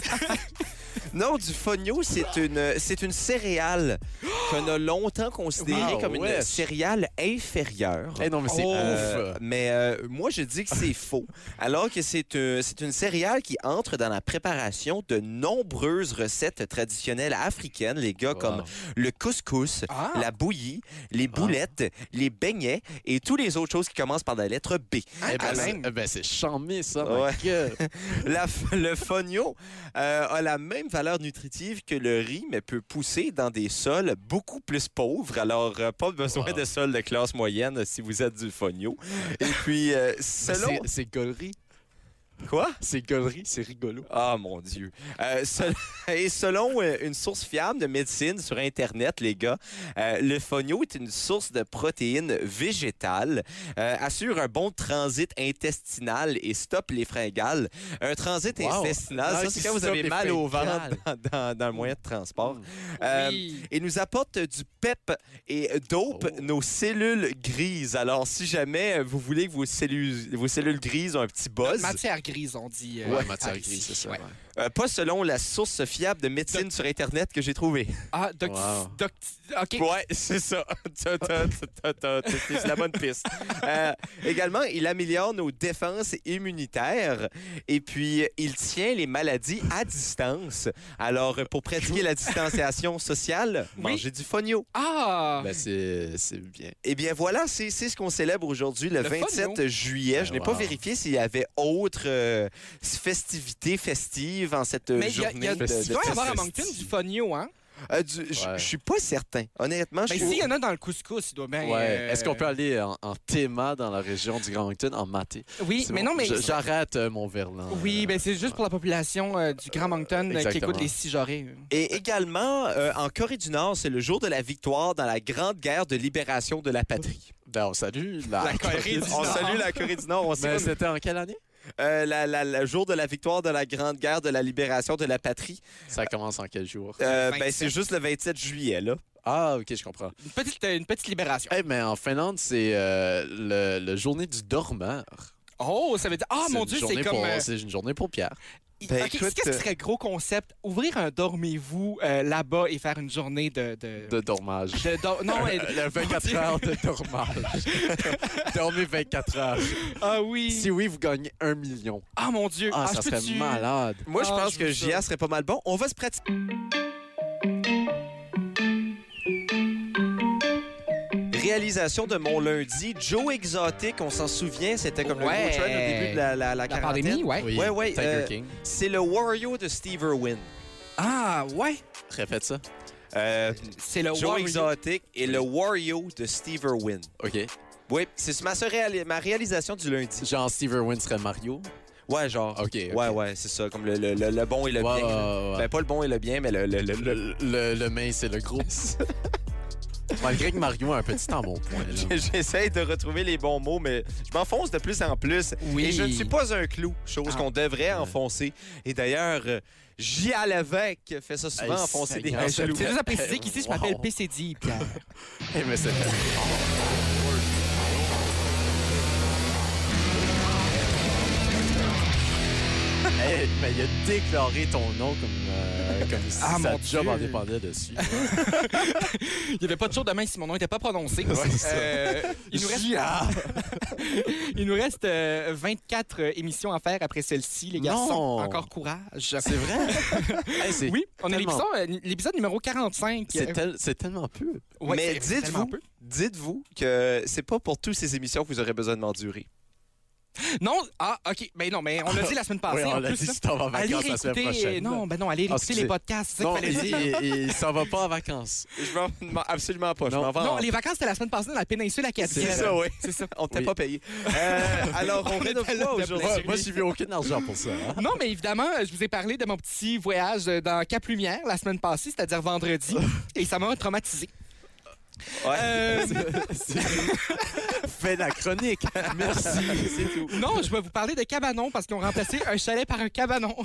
Non, du fonio, c'est une, c'est une céréale qu'on a longtemps considérée Wow, comme une wesh. céréale inférieure. Eh non, mais c'est Euh, ouf. mais euh, moi, je dis que c'est faux. Alors que c'est euh, c'est une céréale qui entre dans la préparation de nombreuses recettes traditionnelles africaines, les gars, Wow. comme le couscous, Ah. la bouillie, les boulettes, les beignets et toutes les autres choses qui commencent par la lettre B. Eh ben, quand c'est- même. eh ben, c'est charmé, ça. Ouais. my God. La f- le fonio euh, a la même valeur nutritive que le riz, mais peut pousser dans des sols beaucoup plus pauvres. Alors, euh, pas besoin Wow. de sols de classe moyenne si vous êtes du fonio. Et puis, euh, Mais selon... c'est- C'est gaulerie. Quoi? C'est gaulerie, c'est rigolo. Ah, mon Dieu. Euh, sel- Et selon euh, une source fiable de médecine sur Internet, les gars, euh, le fonio est une source de protéines végétales, euh, assure un bon transit intestinal et stoppe les fringales. Un transit Wow. intestinal, Ah, ça, qui c'est quand vous stoppe avez les mal au ventre fringales. dans, dans- dans le moyen de transport. Mm. Euh, Oui. et nous apporte du pep et dope Oh. nos cellules grises. Alors, si jamais vous voulez que vos cellules, vos cellules grises ont un petit buzz, Matière grise, on dit. euh, Ouais, matière ah, grise, c'est ça. ouais. ouais. euh, pas selon la source fiable de médecine Doc- sur Internet que j'ai trouvée. Ah, doc... Wow. doc... OK. Ouais, c'est ça. T'as- t'as- t'as- t'as- t'as- C'est la bonne piste. Euh, également, il améliore nos défenses immunitaires et puis il tient les maladies à distance. Alors, pour pratiquer la distanciation sociale, Oui. mangez du fonio. Ah! Ben, c'est c'est bien. Eh bien voilà, c'est c'est ce qu'on célèbre aujourd'hui, le, Le vingt-sept fonio. juillet. Je Ben, n'ai pas wow. vérifié s'il y avait autre euh, festivité festive en cette euh, Mais il y a- journée. il y a- de- de il doit y avoir à festif. Moncton du fonio, hein? Euh, du- Je Ouais. je suis pas certain. Honnêtement, je Ben, suis... s'il y en a dans le couscous, il doit bien... Ouais. euh, Est-ce qu'on peut aller en, en théma dans la région du Grand Moncton en maté? Oui, C'est mais bon. non, mais... Je- J'arrête euh, mon verlan. Oui, euh, ben c'est juste pour la population euh, du Grand Moncton euh, qui Exactement. écoute les six jorées. Et également, euh, en Corée du Nord, c'est le jour de la victoire dans la grande guerre de libération de la patrie. Ben, on salue la, La Corée du On Nord. salue la Corée du Nord. On sait Mais pas- c'était en quelle année? Euh, la- la- le jour de la victoire de la grande guerre de la libération de la patrie. Ça commence en quel jour? Euh, ben, vingt-sept. c'est juste le vingt-sept juillet, là. Ah, OK, je comprends. Une petite, euh, une petite libération. Eh, mais en Finlande, c'est euh, le, le journée du dormeur. Oh, ça veut dire... Ah, C'est mon une Dieu, journée c'est comme... pour- euh, C'est une journée pour Pierre. Ben, OK, écoute, qu'est-ce qui serait gros concept? Ouvrir un dormez-vous euh, là-bas et faire une journée de... de... De dormage. de dor- Non, mais... Le vingt-quatre heures de dormage. Dormez vingt-quatre heures. Ah oui! Si oui, vous gagnez un million. Ah, mon Dieu! Ah, je ça serait peux-tu- malade. Moi, je Ah, pense je que veux J A ça. serait pas mal bon. On va se pratiquer. Réalisation de mon lundi. Joe Exotic, on s'en souvient, c'était comme Ouais. le gros trend au début de la, la, la La quarantaine. pandémie, ouais. Oui, Ouais, ouais, Tiger euh, King. C'est le Wario de Steve Irwin. Ah, ouais! Répète ça. Euh, C'est le Joe Wario. Exotic et le Wario de Steve Irwin. OK. Oui, c'est ma, réali- ma réalisation du lundi. Genre, Steve Irwin serait Mario. Ouais, genre. OK. ok. Ouais, ouais, c'est ça, comme le, le, le, le bon et le Ouais, bien. ouais, ouais. Ben, pas le bon et le bien, mais le... le, le, le- Le, le, le main, c'est le gros. Malgré que Mario a un petit embonpoint. là. J'essaie de retrouver les bons mots, mais je m'enfonce de plus en plus. Oui. Et je ne suis pas un clou, chose Ah. qu'on devrait enfoncer. Et d'ailleurs, euh, J. A. Lévesque fait ça souvent, Hey, enfoncer des Seigneur. clous. C'est juste à préciser qu'ici, je m'appelle Wow. P C D, Pierre. Eh, mais c'est Hey, mais il a déclaré ton nom comme, euh, comme si Ah, sa mon job Dieu. en dépendait dessus. Il n'y avait pas de jour demain si mon nom n'était pas prononcé. c'est ça. Euh, il, nous reste, il nous reste euh, vingt-quatre euh, émissions à faire après celle-ci, les garçons. Non. Encore courage. C'est vrai? Hey, c'est Oui, on est tellement- l'épisode, euh, l'épisode numéro quarante-cinq. c'est tel- c'est tellement peu. Ouais, Mais c'est tellement dites-vous, peu. dites-vous que c'est pas pour toutes ces émissions que vous aurez besoin de m'endurer. Non, ah, OK. Ben non, mais on l'a dit la semaine passée. Oui, on en l'a plus, dit, là. si t'en vas en Allez vacances la semaine réécouter. prochaine. Non, ben non, allez Ah, réécouter les excusez. podcasts. C'est ça Non, qu'il fallait il, dire. il, il s'en va pas en vacances. Je m'en m'en- absolument pas. Je Non. m'en vais en- Non, les vacances, c'était la semaine passée dans la péninsule acadienne. C'est ça, oui. C'est ça. On t'est Oui. pas payé. Euh, alors, on, On rénove était là, quoi de aujourd'hui? plaisir. Ouais, moi, j'ai vu aucun argent pour ça. hein. Non, mais évidemment, je vous ai parlé de mon petit voyage dans Cap-Lumière la semaine passée, c'est-à-dire vendredi, et ça m'a traumatisé. Ouais. Euh, Fais la chronique. Merci. C'est tout. non, je vais vous parler de cabanon parce qu'ils ont remplacé un chalet par un cabanon.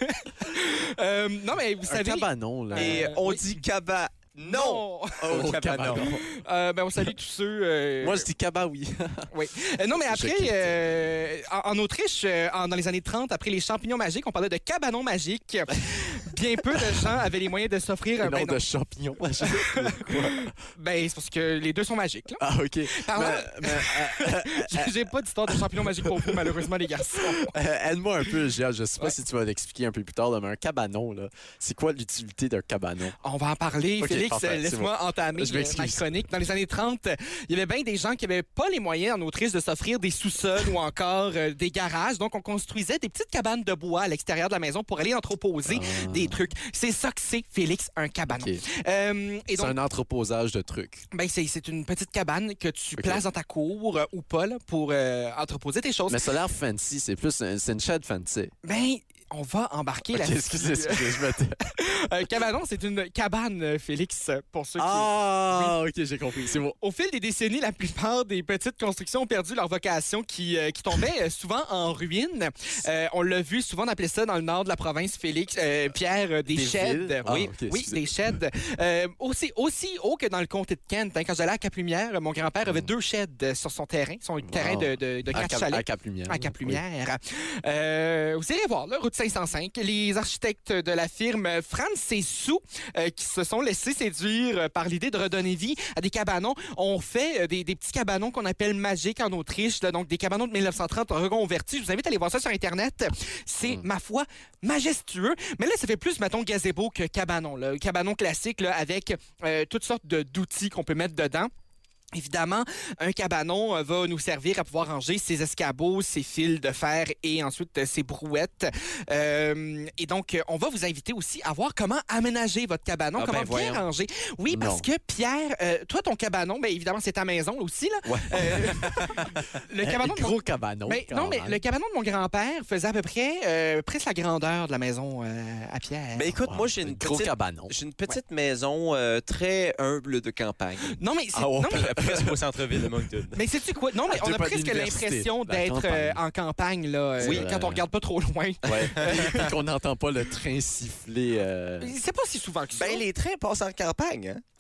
Euh, non, mais vous Un savez... cabanon, là. Et Euh, on oui. dit caba. Non! Non! Au cabanon. Euh, ben, on salue tous ceux... euh, Moi, je dis cabaoui. Oui. Euh, non, mais Je après, quitte. euh, en, en Autriche, euh, en- dans les années trente, après les champignons magiques, on parlait de cabanon magique. Bien peu de gens avaient les moyens de s'offrir Un un... nom Ben, non. de champignon. Ben, c'est parce que les deux sont magiques, là. Ah, OK. Parlant- Mais, mais, euh, J'ai- J'ai pas d'histoire de champignons magiques pour vous, malheureusement, les garçons. euh, aide-moi un peu, Gia. Je sais pas Ouais. si tu vas l'expliquer un peu plus tard, là, mais un cabanon, là, c'est quoi l'utilité d'un cabanon? On va en parler. Ok, Félix, parfait, euh, c'est laisse-moi entamer Je euh, m'excuse. ma chronique. Dans les années trente, il y avait bien des gens qui n'avaient pas les moyens en Autriche de s'offrir des sous-sols ou encore euh, des garages. Donc, on construisait des petites cabanes de bois à l'extérieur de la maison pour aller entreposer Ah. des trucs. C'est ça que c'est, Félix, un cabanon. OK. Euh, et C'est donc, un entreposage de trucs. ben, c'est c'est une petite cabane que tu Ok. places dans ta cour euh, ou pas là, pour euh, entreposer tes choses. Mais ça a l'air fancy. C'est plus un- c'est une shed fancy. Ben, on va embarquer OK, là-dessus. excusez, excusez, je me tais. Un cabanon, c'est une cabane, euh, Félix, pour ceux qui... Ah, OK, j'ai compris. C'est bon. Au fil des décennies, la plupart des petites constructions ont perdu leur vocation qui, euh, qui tombaient euh, souvent en ruine. Euh, on l'a vu, souvent on appelait ça dans le nord de la province, Félix, euh, Pierre, euh, des, Des sheds. villes? Ah, oui, ok, oui, excusez. des sheds. Euh, aussi, aussi haut que dans le comté de Kent. Hein, quand j'allais à Cap-Lumière, mon grand-père avait deux sheds euh, sur son terrain, son terrain de, de, de À quatre Cap- chalets. à Cap-Lumière. À Cap-Lumière. Euh, vous irez voir, là, route cinq cent cinq, les architectes de la firme Francesou, euh, qui se sont laissés séduire euh, par l'idée de redonner vie à des cabanons, ont fait euh, des, des petits cabanons qu'on appelle magiques en Autriche, là, donc des cabanons de mille neuf cent trente reconvertis. Je vous invite à aller voir ça sur Internet. C'est, Mm. ma foi, majestueux. Mais là, ça fait plus, mettons, gazebo que cabanon. Là. Cabanon classique là, avec euh, toutes sortes de- d'outils qu'on peut mettre dedans. Évidemment, un cabanon euh, va nous servir à pouvoir ranger ses escabeaux, ses fils de fer et ensuite euh, ses brouettes. Euh, et donc, euh, on va vous inviter aussi à voir comment aménager votre cabanon, Ah, comment ben, bien voyons. ranger. Oui, parce Non. que Pierre, euh, toi, ton cabanon, bien évidemment, c'est ta maison aussi. Là. Ouais. Euh, le cabanon de mon- Gros cabanon. mais quand non, mais même. le cabanon de mon grand-père faisait à peu près euh, presque la grandeur de la maison euh, à Pierre. Ben écoute, Wow, moi, j'ai une gros petite, cabanon. j'ai une petite maison euh, très humble de campagne. non, mais c'est... Ah, ouais, non, mais- presque au centre-ville de Moncton. Mais sais-tu quoi? Non, mais À on deux a pas presque d'université, l'impression la d'être campagne. euh, en campagne, là, euh, Oui. quand on regarde pas trop loin. Ouais. Et qu'on n'entend pas le train siffler. euh, C'est pas si souvent que ça. Ben, les trains passent en campagne, hein?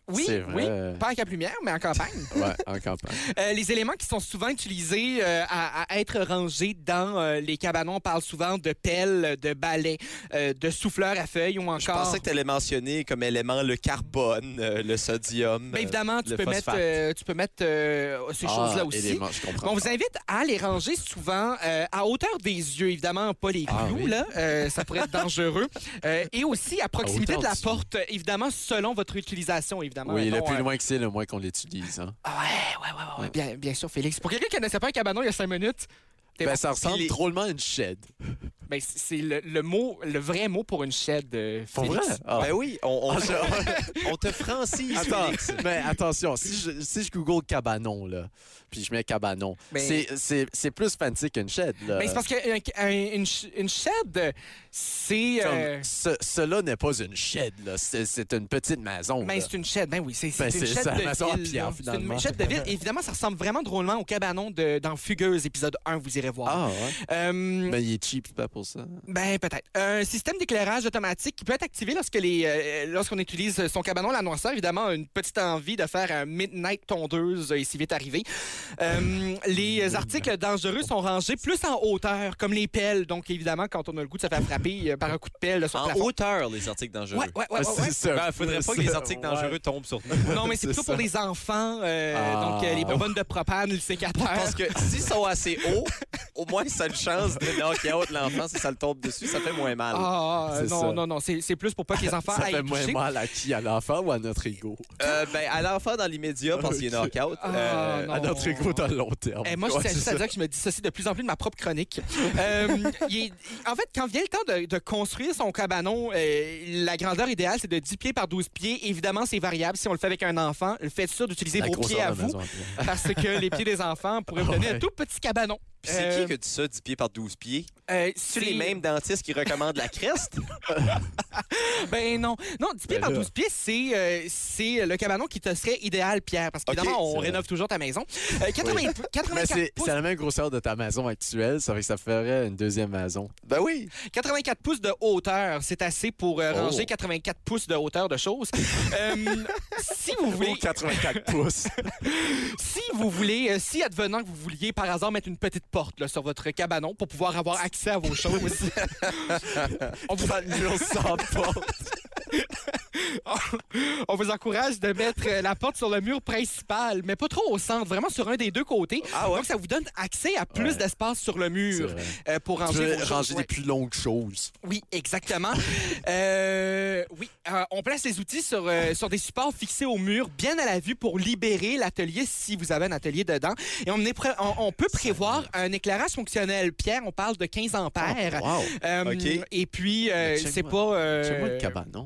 Oui, C'est oui. vrai. Pas à Cap-Lumière, mais en campagne. Ouais, en campagne. Euh, les éléments qui sont souvent utilisés euh, à, à être rangés dans euh, les cabanons, on parle souvent de pelles, de balais, euh, de souffleurs à feuilles ou encore... Je pensais que tu allais mentionner comme élément le carbone, euh, le sodium. Bien évidemment, tu le peux, mettre, phosphate. euh, tu peux mettre euh, ces Ah, choses-là aussi. éléments, je comprends. On vous invite à les ranger souvent euh, à hauteur des yeux, évidemment, pas les Ah, clous, oui. là. Euh, ça pourrait être dangereux. Euh, et aussi à proximité hauteur de la du- porte, évidemment, selon votre utilisation, évidemment. Oui, le Bon, plus euh, loin que c'est, le moins qu'on l'utilise. Hein. Ouais, ouais, ouais, ouais, ouais, bien, bien sûr, Félix. Pour quelqu'un qui ne connaissait pas un cabanon il y a cinq minutes, t'es Ben, bon. ça ressemble Puis les- drôlement à une shed. Ben, c'est le, le mot, le vrai mot pour une shed, euh, Pour Félix. vrai? Ah. Ben oui, on, on, on te francise, Attends, Félix. mais attention, si je, si je google cabanon, là, puis je mets cabanon, Mais- c'est- c'est c'est plus fancy qu'une shed. Là. Ben, c'est parce qu'une une shed, c'est... Comme, euh, ce- cela n'est pas une shed, là. C'est c'est une petite maison. Ben, là. c'est une shed, ben oui, c'est c'est Ben, une c'est shed ça, de la maison à ville. pierre, là. C'est finalement. une shed de ville. Évidemment, ça ressemble vraiment drôlement au cabanon de, dans Fugueuse, épisode un, vous irez voir. Ah, ouais. Euh, Mais il est cheap, c'est pas pour ça. ben, peut-être. Un système d'éclairage automatique qui peut être activé lorsque les, euh, lorsqu'on utilise son cabanon. L'annonceur, évidemment, a une petite envie de faire un midnight tondeuse ici vite arrivé. Euh, les articles dangereux sont rangés plus en hauteur, comme les pelles. Donc, évidemment, quand on a le goût de se faire frapper euh, par un coup de pelle sur le En plafond. hauteur, les articles dangereux. Ouais, ouais, ouais, ouais, Ah, ouais. c'est ça. Ben, faudrait pas que les articles Ouais. dangereux tombent sur nous. Non, mais c'est C'est plutôt ça. pour les enfants. euh, Ah. Donc, euh, les bonbonnes de propane, le sécateur. Parce que s'ils sont assez hauts, au moins ça a une chance de knock-out l'enfant si ça le tombe dessus, ça fait moins mal. Ah, C'est non, ça. non, non, c'est c'est plus pour pas que les enfants Ça aillent fait moins toucher. mal à qui? À l'enfant ou à notre ego? Euh, ben, à l'enfant dans l'immédiat, parce qu'il est Ok. knock-out. Ah, euh, non. À notre ego dans le long terme. Eh, moi, je Ouais, tiens c'est juste à ça. dire que je me dissocie de plus en plus de ma propre chronique. Euh, il est- en fait, quand vient le temps de, de construire son cabanon, euh, la grandeur idéale, c'est de dix pieds par douze pieds. Évidemment, c'est variable. Si on le fait avec un enfant, faites sûr d'utiliser La vos grosseur pieds à de la vous, maison après. parce que les pieds des enfants pourraient vous donner un Ouais. tout petit cabanon. Puis c'est Euh, qui qui a dit ça, dix pieds par douze pieds? euh, C'est les mêmes dentistes qui recommandent la creste? Ben non. Non, dix pieds Ben par là. douze pieds, c'est euh, c'est le cabanon qui te serait idéal, Pierre. Parce qu'évidemment, Ok, on c'est rénove toujours ta maison. Euh, quatre-vingts Mais quatre-vingt-quatre c'est pouces, c'est la même grosseur de ta maison actuelle, ça fait que ça ferait une deuxième maison. Ben oui. quatre-vingt-quatre pouces de hauteur, c'est assez pour euh, Oh. ranger quatre-vingt-quatre pouces de hauteur de choses. Euh, si vous voulez, Ou quatre-vingt-quatre pouces. si vous voulez, euh, si advenant que vous vouliez par hasard mettre une petite porte là, sur votre cabanon pour pouvoir avoir accès à vos choses, on vous, Dans le mur sans porte. on vous encourage de mettre euh, la porte sur le mur principal, mais pas trop au centre, vraiment sur un des deux côtés. Ah ouais? Donc ça vous donne accès à plus Ouais. d'espace sur le C'est mur vrai. euh, pour Tu ranger veux vos choses. ranger Ouais. des plus longues choses. Oui, exactement. Euh, oui, euh, on place les outils sur, euh, sur des supports fixés au mur, bien à la vue pour libérer l'atelier si vous avez un atelier dedans. Et on, est prêt- on, on peut prévoir un éclairage fonctionnel. Pierre, on parle de quinze ampères. Wow. Euh, OK. Et puis, euh, Mais check-moi- c'est pas... euh, Check-moi le cabanon.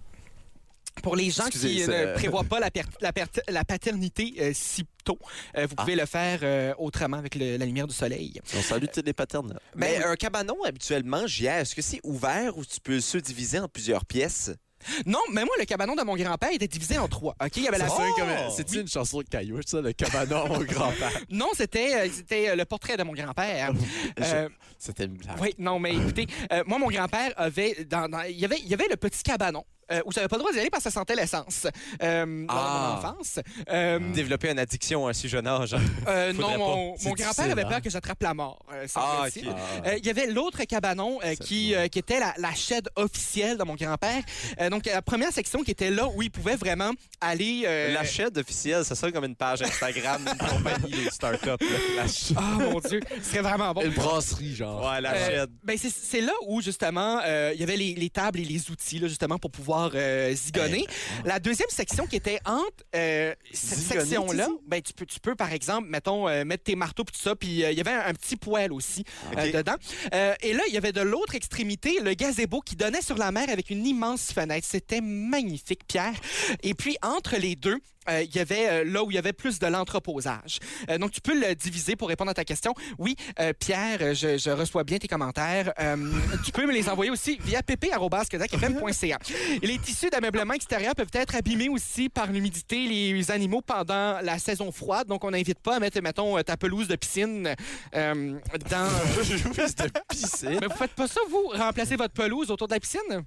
pour les gens Excusez, qui c'est- ne prévoient pas la, per- la, per- la paternité euh, si tôt, euh, vous pouvez le faire euh, autrement avec le- la lumière du soleil. On salue tous les paternels. Mais Ben un cabanon, habituellement, J R, est-ce que c'est ouvert ou tu peux se diviser en plusieurs pièces? Non, mais moi, le cabanon de mon grand-père était divisé en trois. OK? Il y avait la... Ça sonne comme- Oh! C'est-tu une chanson de Caillou, ça, le cabanon au grand-père? Non, c'était euh, c'était euh, le portrait de mon grand-père. Euh, C'était une blague. oui, non, mais écoutez, euh, moi, mon grand-père avait... Dans, dans- il, y avait, il y avait le petit cabanon. Euh, où j'avais pas le droit d'y aller parce que ça sentait l'essence euh, Ah. dans mon enfance. Euh, Développer une addiction à un si jeune âge. euh, Faudrait non, mon, C'est mon grand-père difficile, avait hein? peur que j'attrape la mort. euh, Ah, semble-t-il. ok. Ah. Euh, Il y avait l'autre cabanon euh, qui, euh, qui était la, la shed officielle de mon grand-père. Euh, donc, la première section qui était là où il pouvait vraiment aller... euh, La chaîne officielle, ça sonne comme une page Instagram d'une compagnie de start-up. là. La ch- Ah, mon Dieu, ce serait vraiment bon. Une brasserie, genre. Ouais, la Euh, chaîne. ben c'est, c'est là où, justement, euh, il y avait les, les tables et les outils, là, justement, pour pouvoir euh, zigonner. La deuxième section qui était entre euh, cette Zigonner, section-là, tu dis? ben, tu, peux, tu peux, par exemple, mettons, euh, mettre tes marteaux et tout ça, puis euh, il y avait un, un petit poêle aussi euh, Ok. dedans. Euh, et là, il y avait de l'autre extrémité le gazebo qui donnait sur la mer avec une immense fenêtre. C'était magnifique, Pierre. Et puis, entre les deux, euh, il y avait euh, là où il y avait plus de l'entreposage. Euh, donc, tu peux le diviser pour répondre à ta question. Oui, euh, Pierre, euh, je, je reçois bien tes commentaires. Euh, tu peux me les envoyer aussi via p p arobase kodak f m point c a. Et les tissus d'ameublement extérieur peuvent être abîmés aussi par l'humidité, les animaux pendant la saison froide. Donc, on n'invite pas à mettre, mettons, ta pelouse de piscine euh, dans... Juste de pisser. Mais vous faites pas ça, vous? Remplacer votre pelouse autour de la piscine?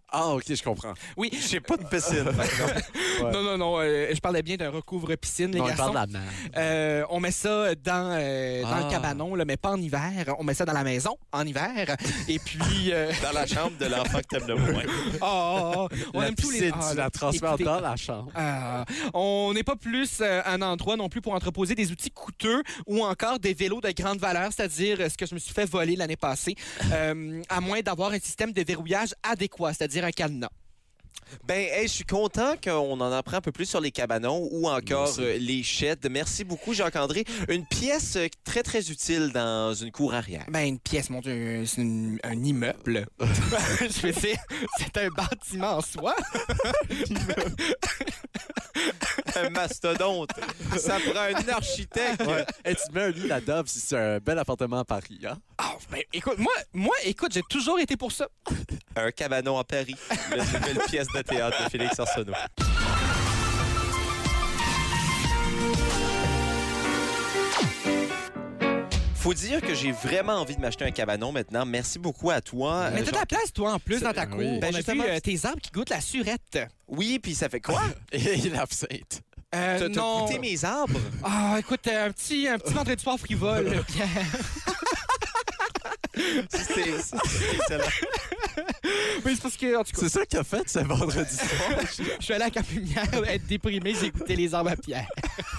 Ah, OK, je comprends. Oui. J'ai pas de piscine. Ouais. Non, non, non. euh, je parlais bien d'un recouvre-piscine, les Non, il garçons. parle de la mer. Euh, on met ça dans, euh, dans Ah. le cabanon, là, mais pas en hiver. On met ça dans la maison en hiver. Et puis... euh, Dans la chambre de l'enfant que t'aimes le moins. oh, oh, oh, on la aime tous les... piscine, ah, tu là, la transfères écoutez, dans la chambre. euh, on n'est pas plus euh, un endroit non plus pour entreposer des outils coûteux ou encore des vélos de grande valeur, c'est-à-dire euh, ce que je me suis fait voler l'année passée, euh, à moins d'avoir un système de verrouillage adéquat, c'est-à-dire un cadenas. Ben, hey, je suis content qu'on en apprend un peu plus sur les cabanons ou encore Merci. euh, les sheds. Merci beaucoup, Jacques-André. Une pièce euh, très, très utile dans une cour arrière. Ben, une pièce, mon Dieu, c'est une- un immeuble. Je veux dire, c'est un bâtiment en soi. Un mastodonte. Ça prend un architecte. Ouais. Et tu te mets un lit là-dedans si c'est un bel appartement à Paris, hein? Ah, ben, écoute, moi, moi, écoute, j'ai toujours été pour ça. Un cabanon à Paris. La nouvelle pièce de théâtre de Félix Arsenault. Faut dire que j'ai vraiment envie de m'acheter un cabanon maintenant. Merci beaucoup à toi. Mais Euh, t'as de la place, toi, en plus, c'est- dans ta cour. oui. On Ben, a vu justement- euh, tes arbres qui goûtent la surette. Oui, puis ça fait quoi? Et l'absinthe. Euh, T'as t'as non. goûté mes arbres? Ah, écoute, euh, un petit, un petit vendredi soir frivole, Pierre. C'est c'est excellent. Oui, c'est parce que, en tout cas, C'est ça qu'il a fait ce vendredi soir. je suis allé à Cap-Lumière, être déprimé, j'ai goûté les arbres à Pierre.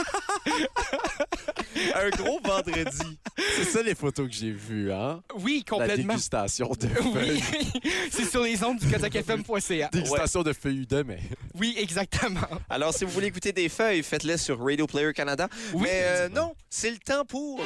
Un gros vendredi. C'est ça les photos que j'ai vues, hein? Oui, La complètement. dégustation de Oui, feuilles. c'est sur les ondes du Kazakh F M point C A. Dégustation de feuilles de mai. Oui, exactement. Alors, si vous voulez écouter des feuilles, faites-les sur Radio Player Canada. Oui, Mais euh, non, c'est le temps pour...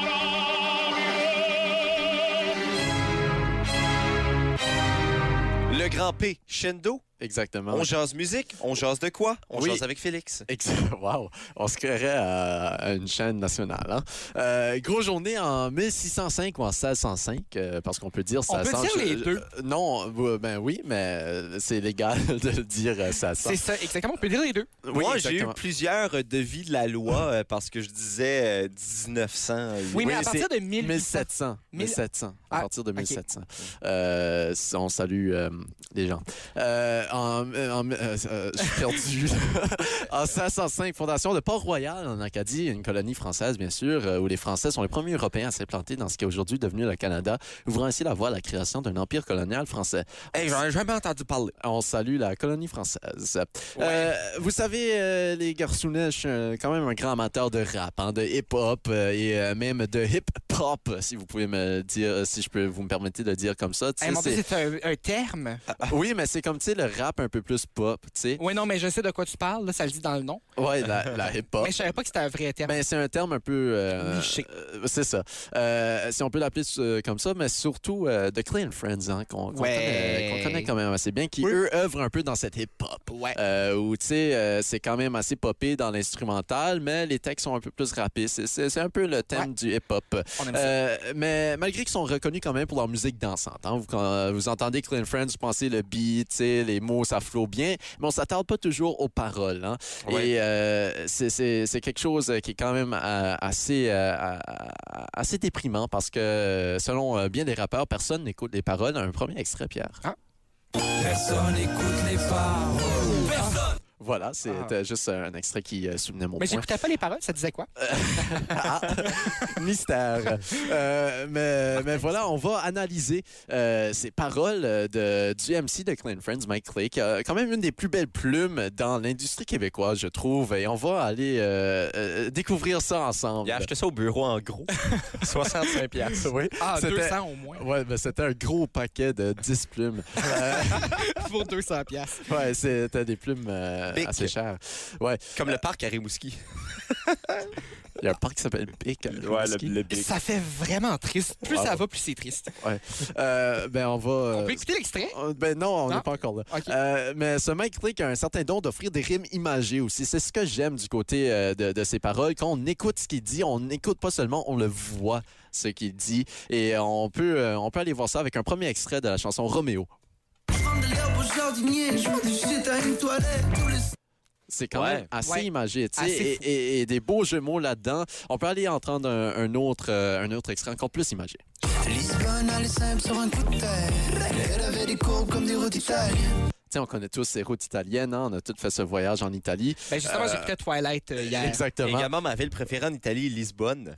Le grand P, Shendo. Exactement. On jase musique. On jase de quoi? On Oui. jase avec Félix. Ex- Wow! On se créerait à, à une chaîne nationale. Hein? Euh, grosse journée en mille six cent cinq ou en seize cent cinq, euh, parce qu'on peut dire ça On peut dire les deux. euh, non, euh, ben oui, mais euh, c'est légal de dire euh, ça C'est ça, exactement. On peut dire les deux. Oui, Moi, j'ai eu exactement. plusieurs euh, devis de la loi euh, parce que je disais euh, dix-neuf cents. euh, Oui, mais à c'est partir de mille mille sept cents. Mille- mille sept cents. À Ah, partir de ok. mille sept cents. Euh, on salue euh, les gens. Euh, en, en- euh, euh, je suis perdu. En cinq cent cinq, fondation de Port-Royal en Acadie, une colonie française, bien sûr, euh, où les Français sont les premiers Européens à s'implanter dans ce qui est aujourd'hui devenu le Canada, ouvrant ainsi la voie à la création d'un empire colonial français. Hey, j'en ai jamais entendu parler. On salue la colonie française. Euh, vous savez, euh, les garçonnets, je suis un- quand même un grand amateur de rap, hein, de hip-hop euh, et euh, même de hip-hop, si vous pouvez me dire, si je peux vous me permettez de le dire comme ça. Tu Hey, sais, mon Dieu, c'est- c'est un, un terme. Oui, mais c'est comme, tu sais, le rap un peu plus pop, tu sais. Oui, non, mais je sais de quoi tu parles. Là, ça le dit dans le nom. Ouais, la, la hip-hop. Mais je savais pas que c'était un vrai terme. Ben, c'est un terme un peu... euh, Niché. euh, c'est ça. Euh, si on peut l'appeler euh, comme ça, mais surtout euh, The Clean Friends, hein, qu'on qu'on Ouais. connaît, qu'on connaît quand même assez bien, qui, Oui. eux, œuvrent un peu dans cette hip-hop. Ouais. Euh, où, tu sais, euh, c'est quand même assez popé dans l'instrumental, mais les textes sont un peu plus rappés. C'est- C'est c'est un peu le thème Ouais. du hip-hop. On aime ça. Euh, mais malgré qu'ils sont reconnus quand même pour leur musique dansante. Hein, vous, quand vous entendez Clean Friends, vous pensez le beat, tu sais, les mots, ça flot bien, mais on s'attarde pas toujours aux paroles. Hein. Ouais. Et euh, c'est- c'est c'est quelque chose qui est quand même euh, assez, euh, euh, assez déprimant parce que, selon euh, bien des rappeurs, personne n'écoute les paroles. Un premier extrait, Pierre. Personne n'écoute les paroles. Personne. Voilà, c'était juste un extrait qui euh, souvenait mon Mais point. j'écoutais pas les paroles, ça disait quoi? Ah, mystère. Euh, mais, mais voilà, on va analyser euh, ces paroles euh, de, du M C de Clean Friends, Mike Clay, qui a quand même une des plus belles plumes dans l'industrie québécoise, je trouve. Et on va aller euh, euh, découvrir ça ensemble. Il a acheté ça au bureau en gros. soixante-cinq piastres. Oui, Ah, c'était- deux cents au moins. Ouais, mais c'était un gros paquet de dix plumes. Euh, Pour deux cents piastres. ouais, c'était des plumes euh, Bic. assez chères. Ouais, Comme le parc à Rimouski. il y a un parc qui s'appelle Bic. à Rimouski. Bic. Ça fait vraiment triste. Plus Wow. ça va, plus c'est triste. Euh, ben, on va... On euh, peut écouter l'extrait? Euh, Ben non, on n'est Non? pas encore là. OK. Euh, mais ce Mike Click a un certain don d'offrir des rimes imagées aussi. C'est ce que j'aime du côté euh, de, de ses paroles. Quand on écoute ce qu'il dit, on n'écoute pas seulement, on le voit, ce qu'il dit. Et on peut, euh, on peut aller voir ça avec un premier extrait de la chanson Roméo. Prendre de l'herbe au jardinier, je mets du shit à une toilette. Tous les C'est quand Ouais. même assez Ouais. imagé, tu sais, Assez et, fou. et- et des beaux jeux mots là-dedans. On peut aller entendre un, un autre, euh, un autre extrait encore plus imagé. Lisbonne, elle est simple sur un coup de tête. Elle avait des courbes comme des routes italiennes. T'sais, on connaît tous ces routes italiennes, hein? On a tous fait ce voyage en Italie. Ben justement, Euh, j'écoutais Twilight euh, hier. Exactement. Également, ma ville préférée en Italie, Lisbonne.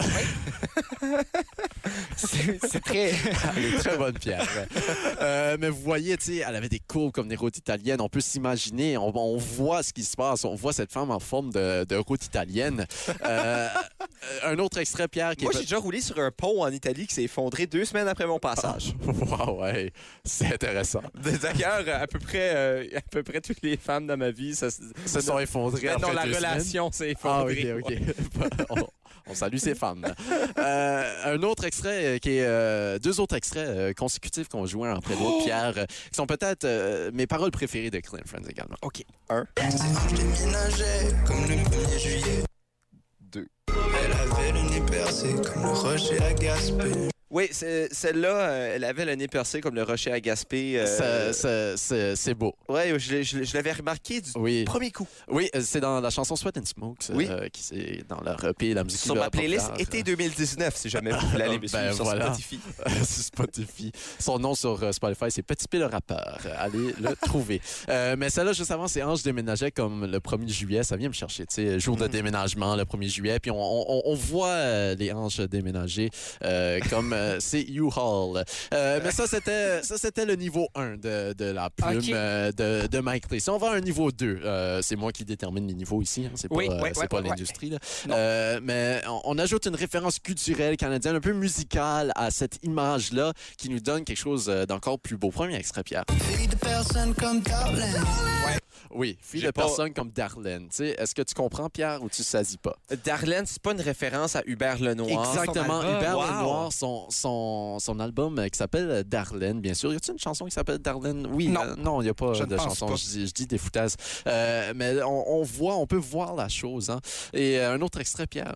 C'est c'est très... Elle est très bonne, Pierre. ouais. Euh, mais vous voyez, tu sais, elle avait des courbes comme des routes italiennes. On peut s'imaginer, on, on voit ce qui se passe. On voit cette femme en forme de, de route italienne. Euh, un autre extrait, Pierre, qui Moi, est... j'ai déjà roulé sur un pont en Italie qui s'est effondré deux semaines après mon passage. Wow, ouais, c'est intéressant. D'ailleurs, à peu près, euh, à peu près toutes les femmes dans ma vie, ça, Se sont effondrés Ben non, après la deux semaines. relation s'est Ah, ok, effondrée. ok. on, on salue ces femmes. Euh, un autre extrait euh, qui est... euh, deux autres extraits euh, consécutifs qu'on joue un après l'autre, Pierre, euh, qui sont peut-être euh, mes paroles préférées de Clean Friends également. OK. Je déménageais comme le premier juillet. Deux. Elle avait le nez percé comme le rocher à Gaspé. Oui, c'est- celle-là, euh, elle avait le nez percé comme le rocher à Gaspé. euh, Ça- ça- C'est c'est beau. Ouais, je, l'ai- je l'ai- je l'avais remarqué du Oui. premier coup. Oui, euh, c'est dans la chanson Sweat and Smokes, Oui. euh, qui c'est dans leur E P, la musique Sur qui ma va playlist populaire. été deux mille dix-neuf, si jamais vous voulez aller me suivre Ben sur voilà. Spotify. sur Spotify. Son nom sur euh, Spotify, c'est Petit P le rappeur. Allez le trouver. Euh, mais celle-là, juste avant, c'est Ange déménageait comme le premier juillet. Ça vient me chercher, tu sais, jour de déménagement, le premier juillet. Puis on, on- on voit euh, les Anges déménager euh, comme euh, c'est U-Haul. Euh, mais ça, c'était ça, c'était le niveau un de, de la plume Ok. euh, de, de Mike Lee. Si on va à un niveau deux, euh, c'est moi qui détermine les niveaux ici. Hein, c'est pas, Oui, euh, ouais, c'est ouais, pas ouais, l'industrie. là. Non. Euh, mais on, on ajoute une référence culturelle canadienne, un peu musicale à cette image-là qui nous donne quelque chose euh, d'encore plus beau. Premier extrait, Pierre. Fille de personne comme Darlene. Oui, fille J'ai de pas- personne comme Darlene. Tu sais, est-ce que tu comprends, Pierre, ou tu saisis pas? Darlene, c'est pas une référence à Hubert Lenoir. Exactement. son album. Hubert Wow. Lenoir, son, son, son album euh, qui s'appelle Darlene, bien sûr. Y a-t-il une chanson qui s'appelle Darlene? Oui. Non. euh, non, il n'y a pas Je ne de pense chanson. pas. Je dis, je dis des foutaises. Euh, mais on, on voit, on peut voir la chose. Hein. Et euh, un autre extrait, Pierre.